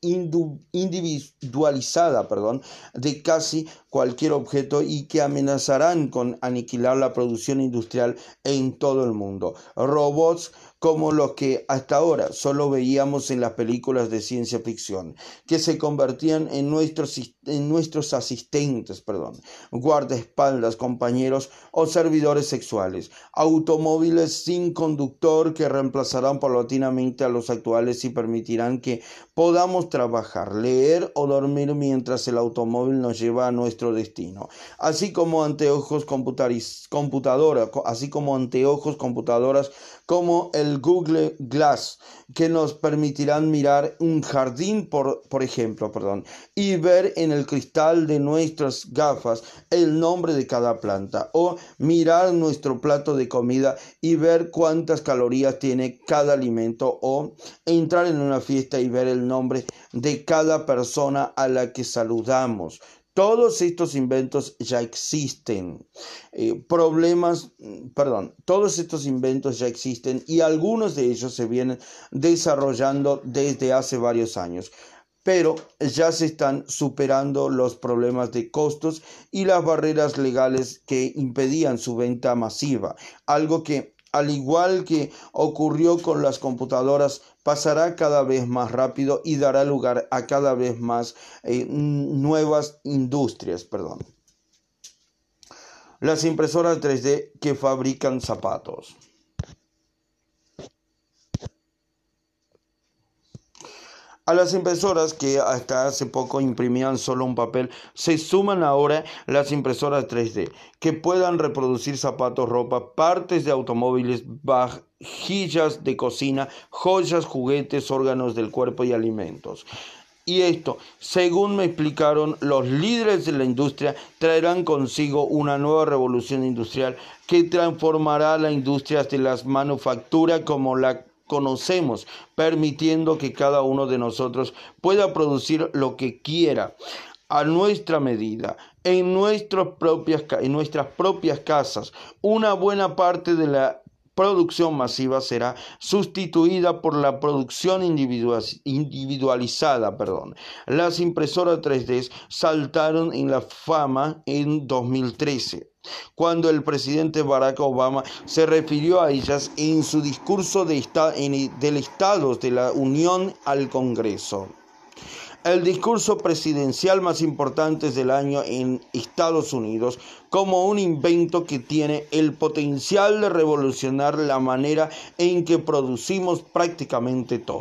individualizada perdón, de casi cualquier objeto, y que amenazarán con aniquilar la producción industrial en todo el mundo. Robots como los que hasta ahora solo veíamos en las películas de ciencia ficción, que se convertían en nuestros, en nuestros asistentes, perdón, guardaespaldas, compañeros o servidores sexuales. Automóviles sin conductor que reemplazarán paulatinamente a los actuales y permitirán que podamos trabajar, leer o dormir mientras el automóvil nos lleva a nuestro destino, así como anteojos computadoras, así como anteojos computadoras como el Google Glass, que nos permitirán mirar un jardín, por, por ejemplo, perdón, y ver en el cristal de nuestras gafas el nombre de cada planta, o mirar nuestro plato de comida y ver cuántas calorías tiene cada alimento, o entrar en una fiesta y ver el nombre de cada persona a la que saludamos. Todos estos inventos ya existen. Eh, problemas, perdón, todos estos inventos ya existen, y algunos de ellos se vienen desarrollando desde hace varios años, pero ya se están superando los problemas de costos y las barreras legales que impedían su venta masiva, algo que, al igual que ocurrió con las computadoras, pasará cada vez más rápido y dará lugar a cada vez más eh, nuevas industrias. Perdón. Las impresoras tres D que fabrican zapatos. A las impresoras que hasta hace poco imprimían solo un papel, se suman ahora las impresoras tres D, que puedan reproducir zapatos, ropa, partes de automóviles, vajillas de cocina, joyas, juguetes, órganos del cuerpo y alimentos. Y esto, según me explicaron los líderes de la industria, traerán consigo una nueva revolución industrial que transformará la industria de las manufacturas como la conocemos, permitiendo que cada uno de nosotros pueda producir lo que quiera a nuestra medida, en nuestras propias, en nuestras propias casas. Una buena parte de la producción masiva será sustituida por la producción individualizada. Perdón. Las impresoras tres D saltaron en la fama en dos mil trece. Cuando el presidente Barack Obama se refirió a ellas en su discurso de esta, en, del Estado de la Unión al Congreso. El discurso presidencial más importante del año en Estados Unidos, como un invento que tiene el potencial de revolucionar la manera en que producimos prácticamente todo.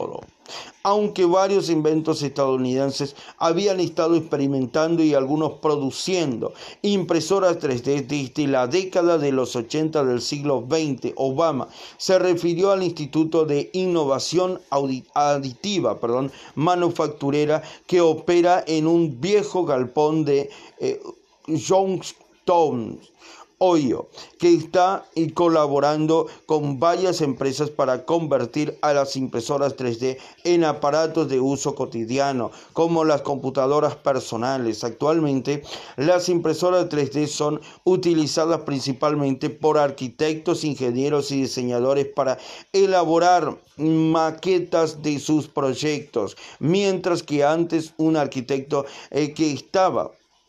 Aunque varios inventos estadounidenses habían estado experimentando y algunos produciendo impresoras tres D desde la década de los ochenta del siglo veinte, Obama se refirió al Instituto de Innovación Aditiva perdón, Manufacturera que opera en un viejo galpón de eh, Youngstown, Ohio, que está colaborando con varias empresas para convertir a las impresoras tres D en aparatos de uso cotidiano, como las computadoras personales. Actualmente, las impresoras tres D son utilizadas principalmente por arquitectos, ingenieros y diseñadores para elaborar maquetas de sus proyectos, mientras que antes un arquitecto eh, que estaba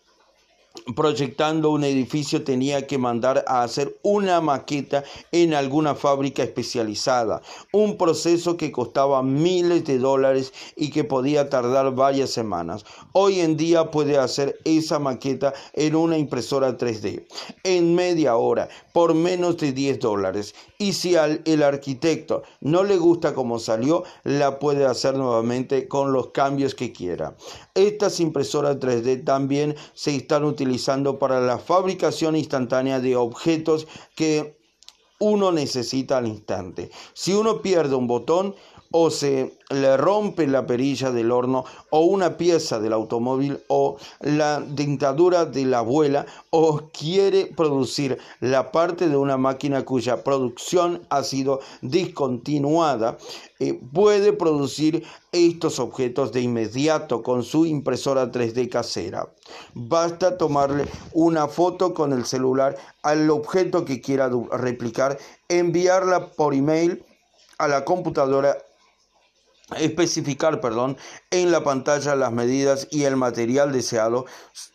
proyectando un edificio tenía que mandar a hacer una maqueta en alguna fábrica especializada, un proceso que costaba miles de dólares y que podía tardar varias semanas. Hoy en día puede hacer esa maqueta en una impresora tres D en media hora por menos de diez dólares, y si al el arquitecto no le gusta cómo salió, la puede hacer nuevamente con los cambios que quiera. Estas impresoras tres D también se están utilizando para la fabricación instantánea de objetos que uno necesita al instante. Si uno pierde un botón o se le rompe la perilla del horno o una pieza del automóvil o la dentadura de la abuela o quiere producir la parte de una máquina cuya producción ha sido discontinuada, eh, puede producir estos objetos de inmediato con su impresora tres D casera. Basta tomarle una foto con el celular al objeto que quiera replicar, enviarla por email a la computadora, especificar, perdón, en la pantalla las medidas y el material deseado,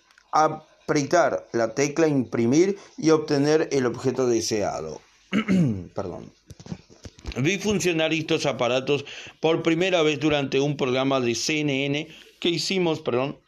apretar la tecla imprimir y obtener el objeto deseado. Perdón. Vi funcionar estos aparatos por primera vez durante un programa de C N N que hicimos, perdón,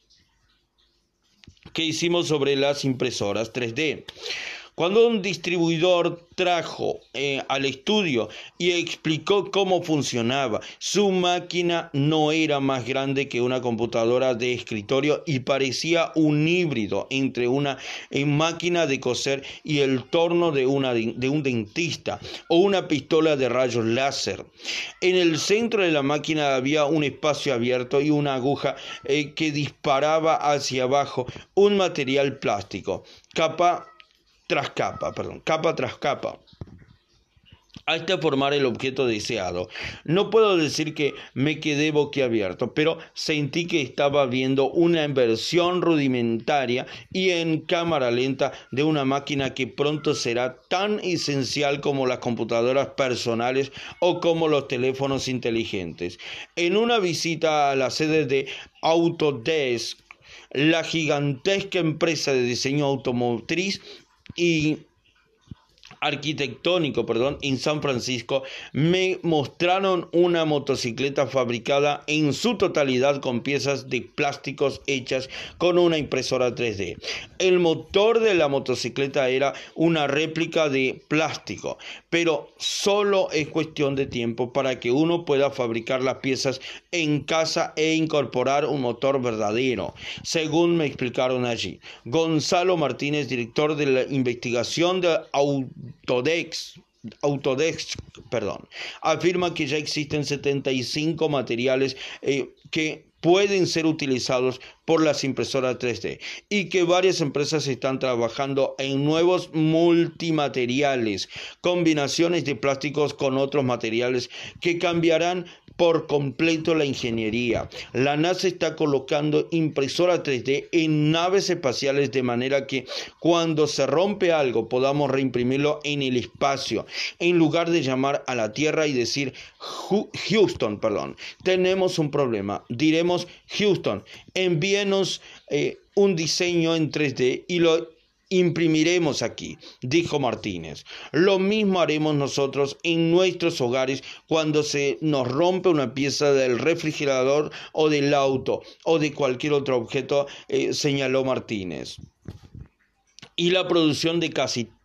que hicimos sobre las impresoras tres D. Cuando un distribuidor trajo eh, al estudio y explicó cómo funcionaba, su máquina no era más grande que una computadora de escritorio y parecía un híbrido entre una eh, máquina de coser y el torno de, una, de un dentista o una pistola de rayos láser. En el centro de la máquina había un espacio abierto y una aguja eh, que disparaba hacia abajo un material plástico, capa tras capa, perdón, capa tras capa, hasta formar el objeto deseado. No puedo decir que me quedé boquiabierto, pero sentí que estaba viendo una versión rudimentaria y en cámara lenta de una máquina que pronto será tan esencial como las computadoras personales o como los teléfonos inteligentes. En una visita a la sede de Autodesk, la gigantesca empresa de diseño automotriz y arquitectónico, perdón, en San Francisco, me mostraron una motocicleta fabricada en su totalidad con piezas de plásticos hechas con una impresora tres D. El motor de la motocicleta era una réplica de plástico, pero solo es cuestión de tiempo para que uno pueda fabricar las piezas en casa e incorporar un motor verdadero, según me explicaron allí. Gonzalo Martínez, director de la investigación de Autodesk, Autodesk, perdón, afirma que ya existen setenta y cinco materiales eh, que pueden ser utilizados por las impresoras tres D y que varias empresas están trabajando en nuevos multimateriales, combinaciones de plásticos con otros materiales que cambiarán por completo la ingeniería. La NASA está colocando impresoras tres D en naves espaciales de manera que cuando se rompe algo podamos reimprimirlo en el espacio, en lugar de llamar a la Tierra y decir Houston, perdón, tenemos un problema. Diremos Houston, envíenos eh, un diseño en tres D y lo imprimiremos aquí, dijo Martínez. Lo mismo haremos nosotros en nuestros hogares cuando se nos rompe una pieza del refrigerador o del auto o de cualquier otro objeto, eh, señaló Martínez. Y la producción de casi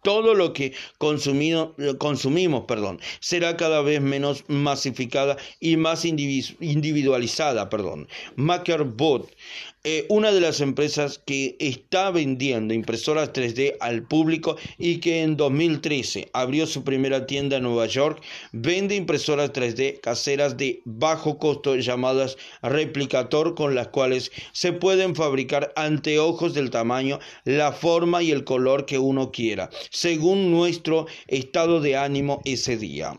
todo lo que consumido, consumimos perdón, será cada vez menos masificada y más individualizada. Perdón. MakerBot, eh, una de las empresas que está vendiendo impresoras tres D al público y que en dos mil trece abrió su primera tienda en Nueva York, vende impresoras tres D caseras de bajo costo llamadas Replicator, con las cuales se pueden fabricar anteojos del tamaño, la forma y el color que uno quiera, según nuestro estado de ánimo ese día.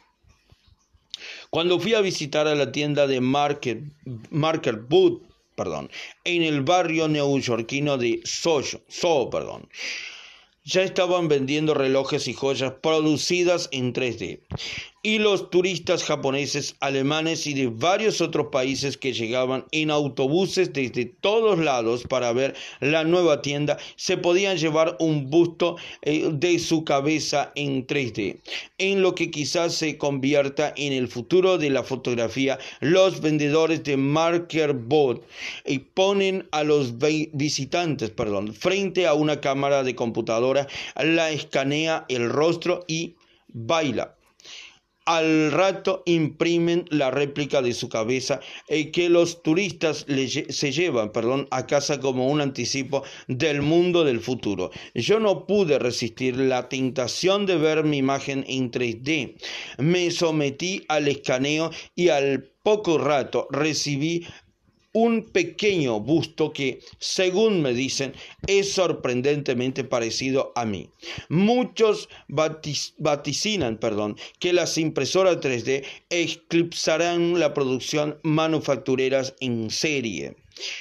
Cuando fui a visitar a la tienda de Market, MakerBot, perdón, en el barrio neoyorquino de Soho, Soho, perdón, ya estaban vendiendo relojes y joyas producidas en tres D. Y los turistas japoneses, alemanes y de varios otros países que llegaban en autobuses desde todos lados para ver la nueva tienda, se podían llevar un busto eh, de su cabeza en tres D. En lo que quizás se convierta en el futuro de la fotografía, los vendedores de MakerBot eh, ponen a los visitantes perdón, frente a una cámara de computadora, la escanea el rostro y baila. Al rato imprimen la réplica de su cabeza eh, que los turistas le, se llevan perdón, a casa como un anticipo del mundo del futuro. Yo no pude resistir la tentación de ver mi imagen en tres D. Me sometí al escaneo y al poco rato recibí un pequeño busto que, según me dicen, es sorprendentemente parecido a mí. Muchos vatic vaticinan perdón, que las impresoras tres D eclipsarán la producción manufactureras en serie,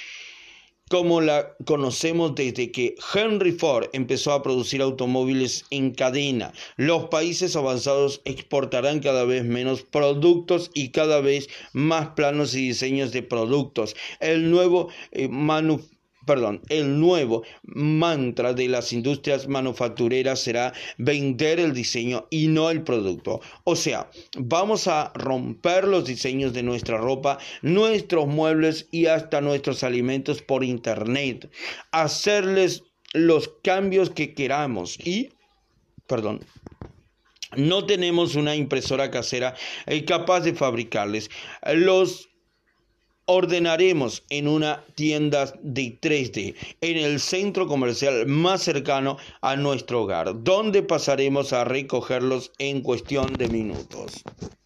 como la conocemos desde que Henry Ford empezó a producir automóviles en cadena. Los países avanzados exportarán cada vez menos productos y cada vez más planos y diseños de productos. El nuevo eh, manufacturero Perdón, el nuevo mantra de las industrias manufactureras será vender el diseño y no el producto. O sea, vamos a romper los diseños de nuestra ropa, nuestros muebles y hasta nuestros alimentos por internet, hacerles los cambios que queramos y, perdón, no tenemos una impresora casera eh, capaz de fabricarles. Los ordenaremos en una tienda de tres D en el centro comercial más cercano a nuestro hogar, donde pasaremos a recogerlos en cuestión de minutos.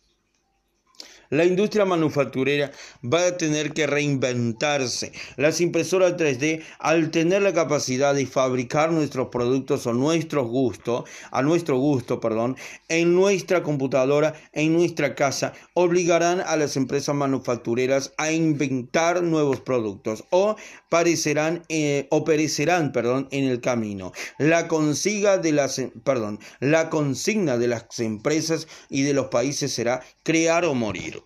La industria manufacturera va a tener que reinventarse. Las impresoras tres D, al tener la capacidad de fabricar nuestros productos a nuestro gusto, a nuestro gusto, perdón, en nuestra computadora, en nuestra casa, obligarán a las empresas manufactureras a inventar nuevos productos o parecerán eh, o perecerán, perdón, en el camino. La consigna de las, perdón, la consigna de las empresas y de los países será crear o morir.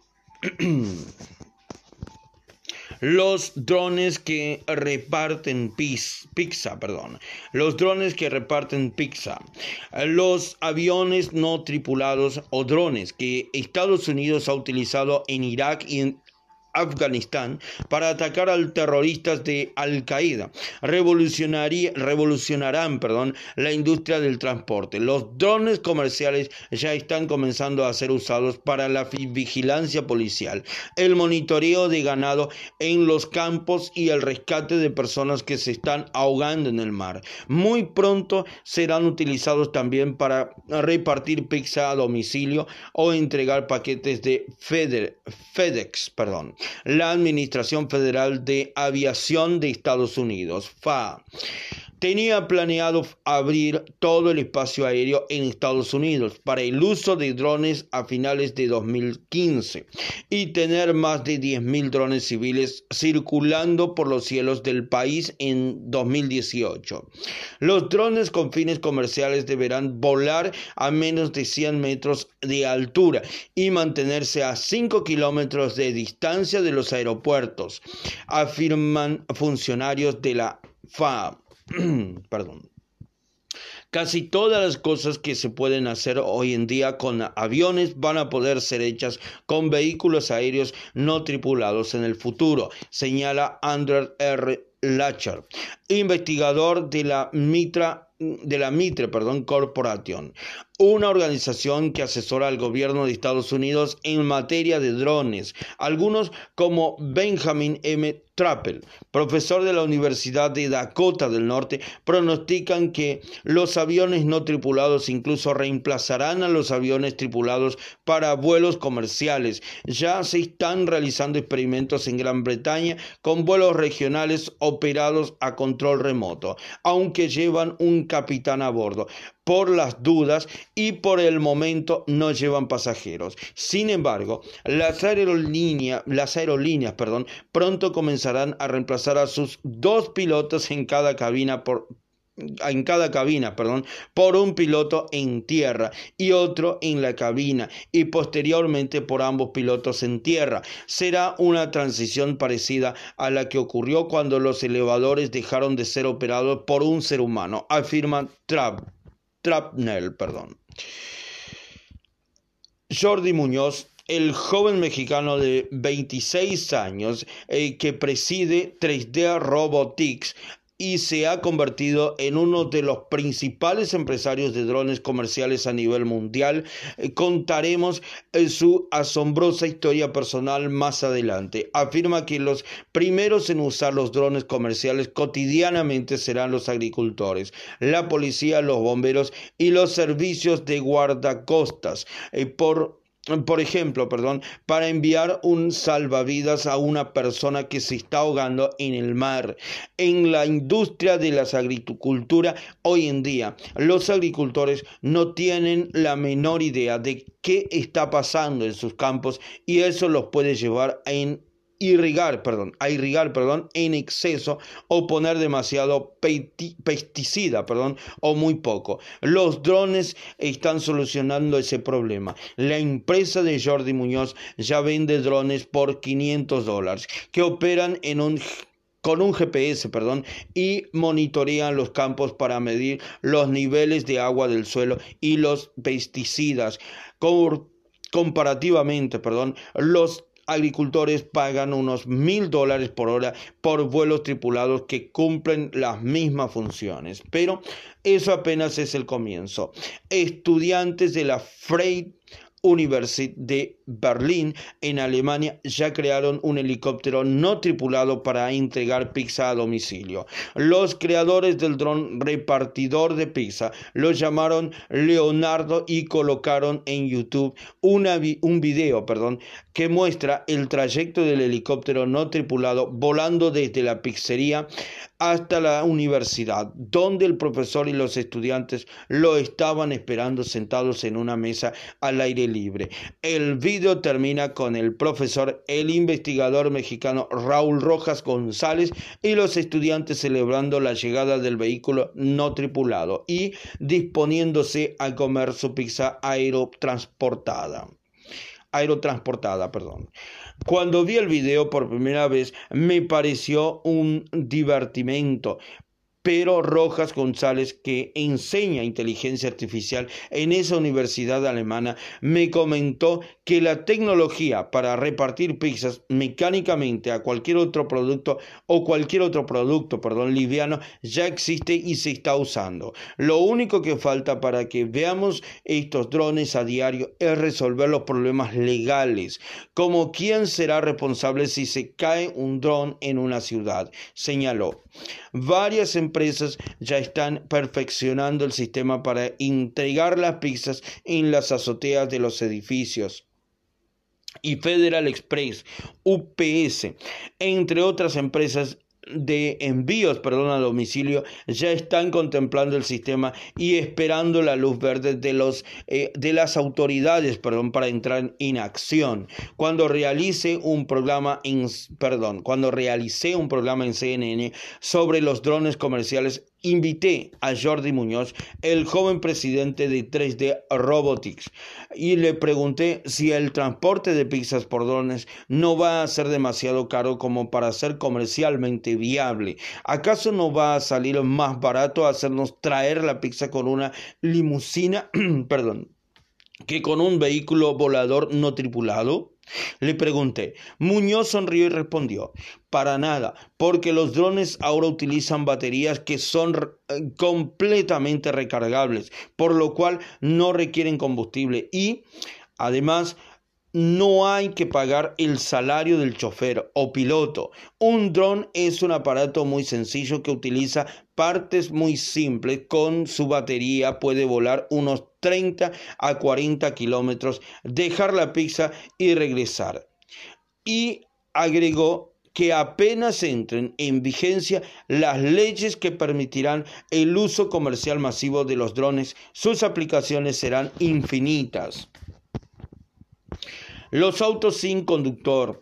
Los drones que reparten pis, pizza, perdón. Los drones que reparten pizza. Los aviones no tripulados o drones que Estados Unidos ha utilizado en Irak y en Afganistán para atacar a terroristas de Al-Qaeda revolucionarán perdón, la industria del transporte. Los drones comerciales ya están comenzando a ser usados para la vigilancia policial, el monitoreo de ganado en los campos y el rescate de personas que se están ahogando en el mar. Muy pronto serán utilizados también para repartir pizza a domicilio o entregar paquetes de FedEx, perdón. La Administración Federal de Aviación de Estados Unidos, F A A, tenía planeado abrir todo el espacio aéreo en Estados Unidos para el uso de drones a finales de dos mil quince y tener más de diez mil drones civiles circulando por los cielos del país en dos mil dieciocho. Los drones con fines comerciales deberán volar a menos de cien metros de altura y mantenerse a cinco kilómetros de distancia de los aeropuertos, afirman funcionarios de la F A A. Perdón. Casi todas las cosas que se pueden hacer hoy en día con aviones van a poder ser hechas con vehículos aéreos no tripulados en el futuro, señala Andrew R. Lacher, investigador de la Mitra de la Mitre, perdón, Corporation, una organización que asesora al gobierno de Estados Unidos en materia de drones. Algunos, como Benjamin M. Trappel, profesor de la Universidad de Dakota del Norte, pronostican que los aviones no tripulados incluso reemplazarán a los aviones tripulados para vuelos comerciales. Ya se están realizando experimentos en Gran Bretaña con vuelos regionales operados a control remoto, aunque llevan un capitán a bordo. Por las dudas y por el momento no llevan pasajeros. Sin embargo, las aerolíneas, las aerolíneas perdón, pronto comenzarán a reemplazar a sus dos pilotos en cada cabina por en cada cabina, perdón, por un piloto en tierra y otro en la cabina y posteriormente por ambos pilotos en tierra. Será una transición parecida a la que ocurrió cuando los elevadores dejaron de ser operados por un ser humano, afirma Trapp. Trapnell, perdón. Jordi Muñoz, el joven mexicano de veintiséis años eh, que preside tres D Robotics y se ha convertido en uno de los principales empresarios de drones comerciales a nivel mundial. Eh, contaremos eh, su asombrosa historia personal más adelante. Afirma que los primeros en usar los drones comerciales cotidianamente serán los agricultores, la policía, los bomberos y los servicios de guardacostas. Eh, por Por ejemplo, perdón, para enviar un salvavidas a una persona que se está ahogando en el mar. En la industria de la agricultura, hoy en día, los agricultores no tienen la menor idea de qué está pasando en sus campos y eso los puede llevar en irrigar, perdón, a irrigar, perdón, en exceso o poner demasiado pesticida, perdón, o muy poco. Los drones están solucionando ese problema. La empresa de Jordi Muñoz ya vende drones por quinientos dólares que operan en un con un G P S, perdón, y monitorean los campos para medir los niveles de agua del suelo y los pesticidas. Com- comparativamente, perdón, los agricultores pagan unos mil dólares por hora por vuelos tripulados que cumplen las mismas funciones. Pero eso apenas es el comienzo. Estudiantes de la Freie University de Berlín, en Alemania, ya crearon un helicóptero no tripulado para entregar pizza a domicilio. Los creadores del dron repartidor de pizza lo llamaron Leonardo y colocaron en YouTube una, un video perdón, que muestra el trayecto del helicóptero no tripulado volando desde la pizzería hasta la universidad, donde el profesor y los estudiantes lo estaban esperando sentados en una mesa al aire libre. El video termina con el profesor, el investigador mexicano Raúl Rojas González y los estudiantes celebrando la llegada del vehículo no tripulado y disponiéndose a comer su pizza aerotransportada. aerotransportada, perdón. Cuando vi el video por primera vez me pareció un divertimento, pero Rojas González, que enseña inteligencia artificial en esa universidad alemana, me comentó que la tecnología para repartir pizzas mecánicamente a cualquier otro producto o cualquier otro producto, perdón, liviano ya existe y se está usando. Lo único que falta para que veamos estos drones a diario es resolver los problemas legales, como quién será responsable si se cae un dron en una ciudad, señaló. Varias empresas ya están perfeccionando el sistema para entregar las pizzas en las azoteas de los edificios. Y Federal Express, U P S, entre otras empresas de envíos, perdón, a domicilio, ya están contemplando el sistema y esperando la luz verde de los eh, de las autoridades, perdón, para entrar en acción. Cuando realice un programa en, perdón, cuando realicé un programa en C N N sobre los drones comerciales, invité a Jordi Muñoz, el joven presidente de tres D Robotics, y le pregunté si el transporte de pizzas por drones no va a ser demasiado caro como para ser comercialmente viable. ¿Acaso no va a salir más barato hacernos traer la pizza con una limusina, perdón, que con un vehículo volador no tripulado? Le pregunté. Muñoz sonrió y respondió, para nada, porque los drones ahora utilizan baterías que son eh, completamente recargables, por lo cual no requieren combustible y, además, no hay que pagar el salario del chofer o piloto. Un dron es un aparato muy sencillo que utiliza partes muy simples. Con su batería puede volar unos treinta a cuarenta kilómetros, dejar la pista y regresar. Y agregó que apenas entren en vigencia las leyes que permitirán el uso comercial masivo de los drones, sus aplicaciones serán infinitas. Los autos sin conductor.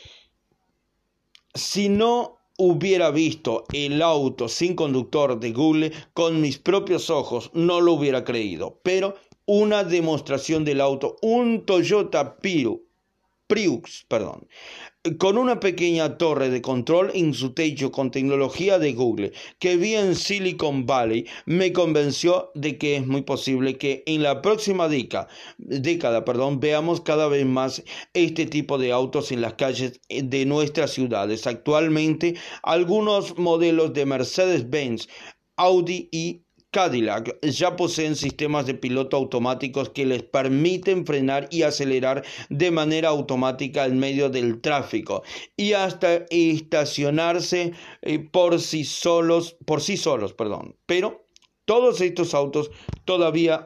Si no hubiera visto el auto sin conductor de Google con mis propios ojos, no lo hubiera creído. Pero una demostración del auto, un Toyota Prius, Prius, perdón, con una pequeña torre de control en su techo con tecnología de Google que vi en Silicon Valley, me convenció de que es muy posible que en la próxima década, década perdón, veamos cada vez más este tipo de autos en las calles de nuestras ciudades. Actualmente, algunos modelos de Mercedes-Benz, Audi y Cadillac ya poseen sistemas de piloto automáticos que les permiten frenar y acelerar de manera automática en medio del tráfico y hasta estacionarse eh, por sí solos, por sí solos, perdón. Pero todos estos autos todavía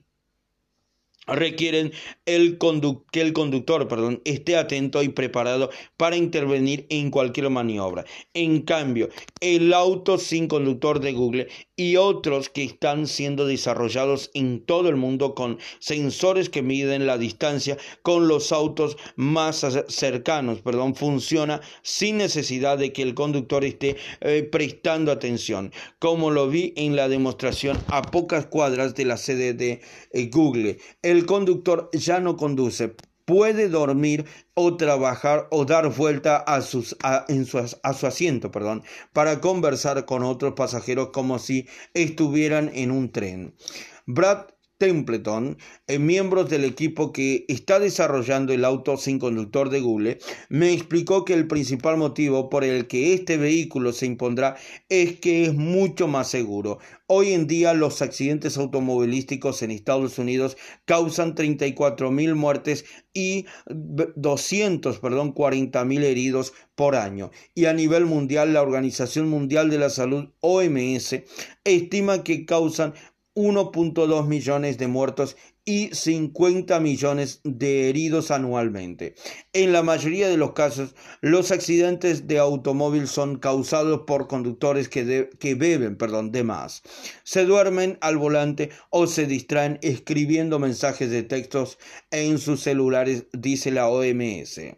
requieren el condu- que el conductor perdón, esté atento y preparado para intervenir en cualquier maniobra. En cambio, el auto sin conductor de Google y otros que están siendo desarrollados en todo el mundo con sensores que miden la distancia con los autos más cercanos, perdón, funciona sin necesidad de que el conductor esté eh, prestando atención, como lo vi en la demostración a pocas cuadras de la sede de eh, Google. El conductor ya no conduce, puede dormir o trabajar o dar vuelta a, sus, a, en su, a su asiento perdón, para conversar con otros pasajeros como si estuvieran en un tren. Brad Templeton, eh, miembros del equipo que está desarrollando el auto sin conductor de Google, me explicó que el principal motivo por el que este vehículo se impondrá es que es mucho más seguro. Hoy en día los accidentes automovilísticos en Estados Unidos causan treinta y cuatro mil muertes y doscientos, perdón, cuarenta mil heridos por año. Y a nivel mundial, la Organización Mundial de la Salud, O M S, estima que causan uno punto dos millones de muertos y cincuenta millones de heridos anualmente. En la mayoría de los casos, los accidentes de automóvil son causados por conductores que, de, que beben perdón, de más, se duermen al volante o se distraen escribiendo mensajes de textos en sus celulares, dice la O M S.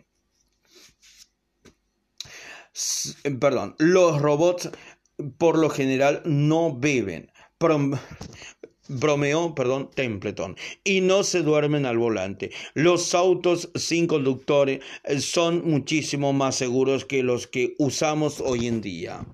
S- perdón, los robots por lo general no beben. Prom bromeó, perdón, Templeton, y no se duermen al volante. Los autos sin conductores son muchísimo más seguros que los que usamos hoy en día.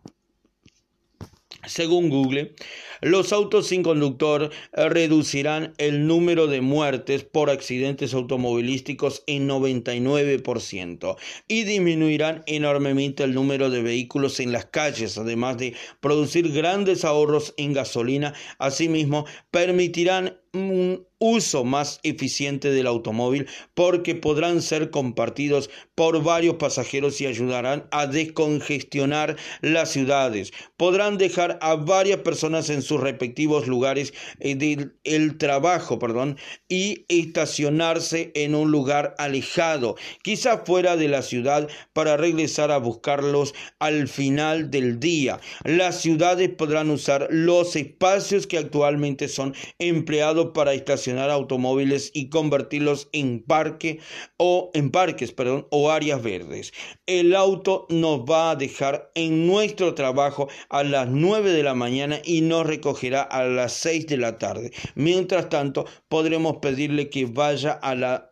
Según Google, los autos sin conductor reducirán el número de muertes por accidentes automovilísticos en noventa y nueve por ciento y disminuirán enormemente el número de vehículos en las calles, además de producir grandes ahorros en gasolina. Asimismo, permitirán un uso más eficiente del automóvil porque podrán ser compartidos por varios pasajeros y ayudarán a descongestionar las ciudades. Podrán dejar a varias personas en sus respectivos lugares eh, del el trabajo, perdón, y estacionarse en un lugar alejado, quizá fuera de la ciudad, para regresar a buscarlos al final del día. Las ciudades podrán usar los espacios que actualmente son empleados para estacionar automóviles y convertirlos en parque o en parques, perdón, o áreas verdes. El auto nos va a dejar en nuestro trabajo a las nueve de la mañana y nos recogerá a las seis de la tarde. Mientras tanto, podremos pedirle que vaya a la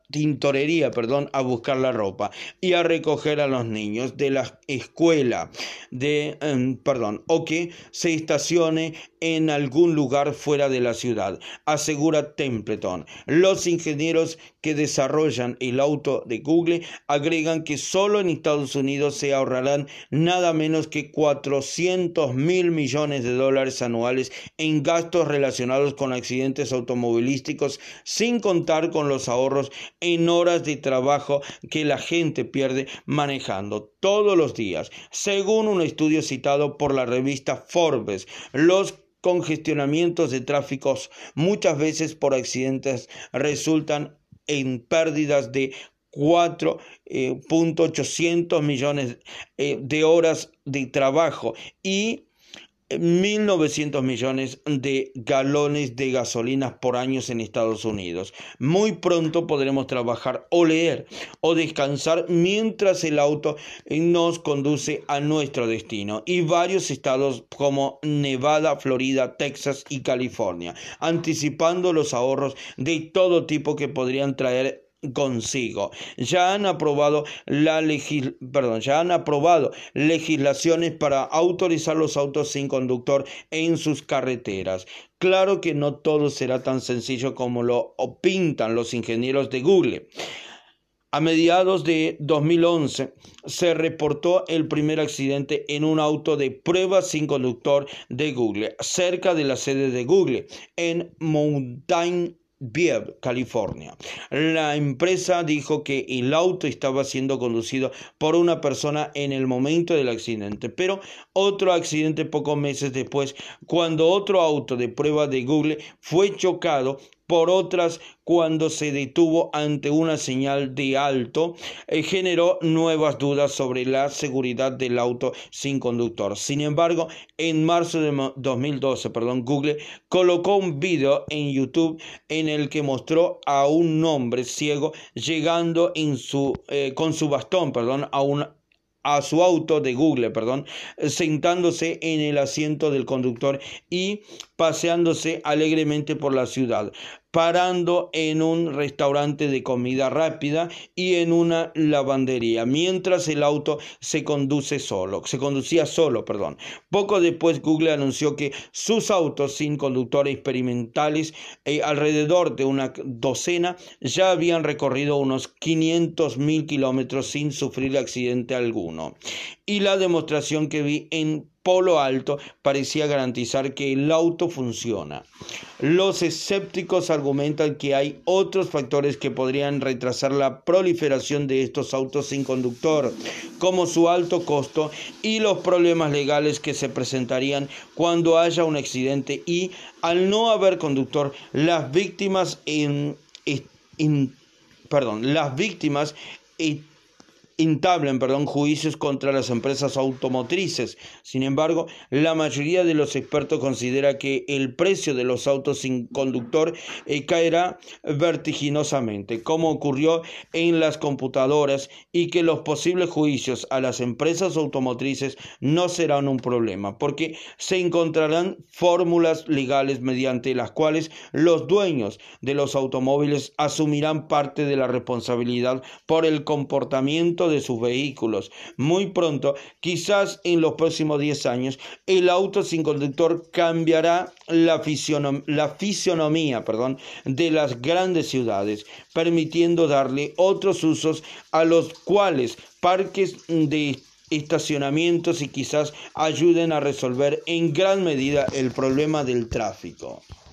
tintorería, perdón, a buscar la ropa y a recoger a los niños de la escuela, de, eh, perdón, o que se estacione en algún lugar fuera de la ciudad, asegura Templeton. Los ingenieros que desarrollan el auto de Google agregan que solo en Estados Unidos se ahorrarán nada menos que cuatrocientos mil millones de dólares anuales en gastos relacionados con accidentes automovilísticos, sin contar con los ahorros en horas de trabajo que la gente pierde manejando todos los días. Según un estudio citado por la revista Forbes, los congestionamientos de tráfico muchas veces por accidentes resultan en pérdidas de cuatro punto ochocientos millones eh, de horas de trabajo y mil novecientos millones de galones de gasolina por año en Estados Unidos. Muy pronto podremos trabajar o leer o descansar mientras el auto nos conduce a nuestro destino. Y varios estados como Nevada, Florida, Texas y California, anticipando los ahorros de todo tipo que podrían traer consigo. Ya han aprobado la legis perdón, ya han aprobado legislaciones para autorizar los autos sin conductor en sus carreteras. Claro que no todo será tan sencillo como lo pintan los ingenieros de Google. A mediados de dos mil once se reportó el primer accidente en un auto de prueba sin conductor de Google, cerca de la sede de Google, en Mountain View, California. La empresa dijo que el auto estaba siendo conducido por una persona en el momento del accidente, pero otro accidente pocos meses después, cuando otro auto de prueba de Google fue chocado por otras cuando se detuvo ante una señal de alto, eh, generó nuevas dudas sobre la seguridad del auto sin conductor. Sin embargo, en marzo de dos mil doce, perdón, Google colocó un video en YouTube en el que mostró a un hombre ciego llegando en su, eh, con su bastón, perdón, a un a su auto de Google, perdón, sentándose en el asiento del conductor y paseándose alegremente por la ciudad, parando en un restaurante de comida rápida y en una lavandería, mientras el auto se conduce solo, se conducía solo, perdón. Poco después, Google anunció que sus autos sin conductor experimentales, eh, alrededor de una docena, ya habían recorrido unos quinientos mil kilómetros sin sufrir accidente alguno. Y la demostración que vi en Palo Alto parecía garantizar que el auto funciona. Los escépticos argumentan que hay otros factores que podrían retrasar la proliferación de estos autos sin conductor, como su alto costo y los problemas legales que se presentarían cuando haya un accidente y, al no haber conductor, las víctimas en, en perdón, las víctimas en, entablen perdón, juicios contra las empresas automotrices. Sin embargo, la mayoría de los expertos considera que el precio de los autos sin conductor eh, caerá vertiginosamente, como ocurrió en las computadoras, y que los posibles juicios a las empresas automotrices no serán un problema, porque se encontrarán fórmulas legales mediante las cuales los dueños de los automóviles asumirán parte de la responsabilidad por el comportamiento de sus vehículos. Muy pronto, quizás en los próximos diez años, el auto sin conductor cambiará la, fisionom la fisionomía perdón, de las grandes ciudades, permitiendo darle otros usos a los cuales parques de estacionamientos y quizás ayuden a resolver en gran medida el problema del tráfico.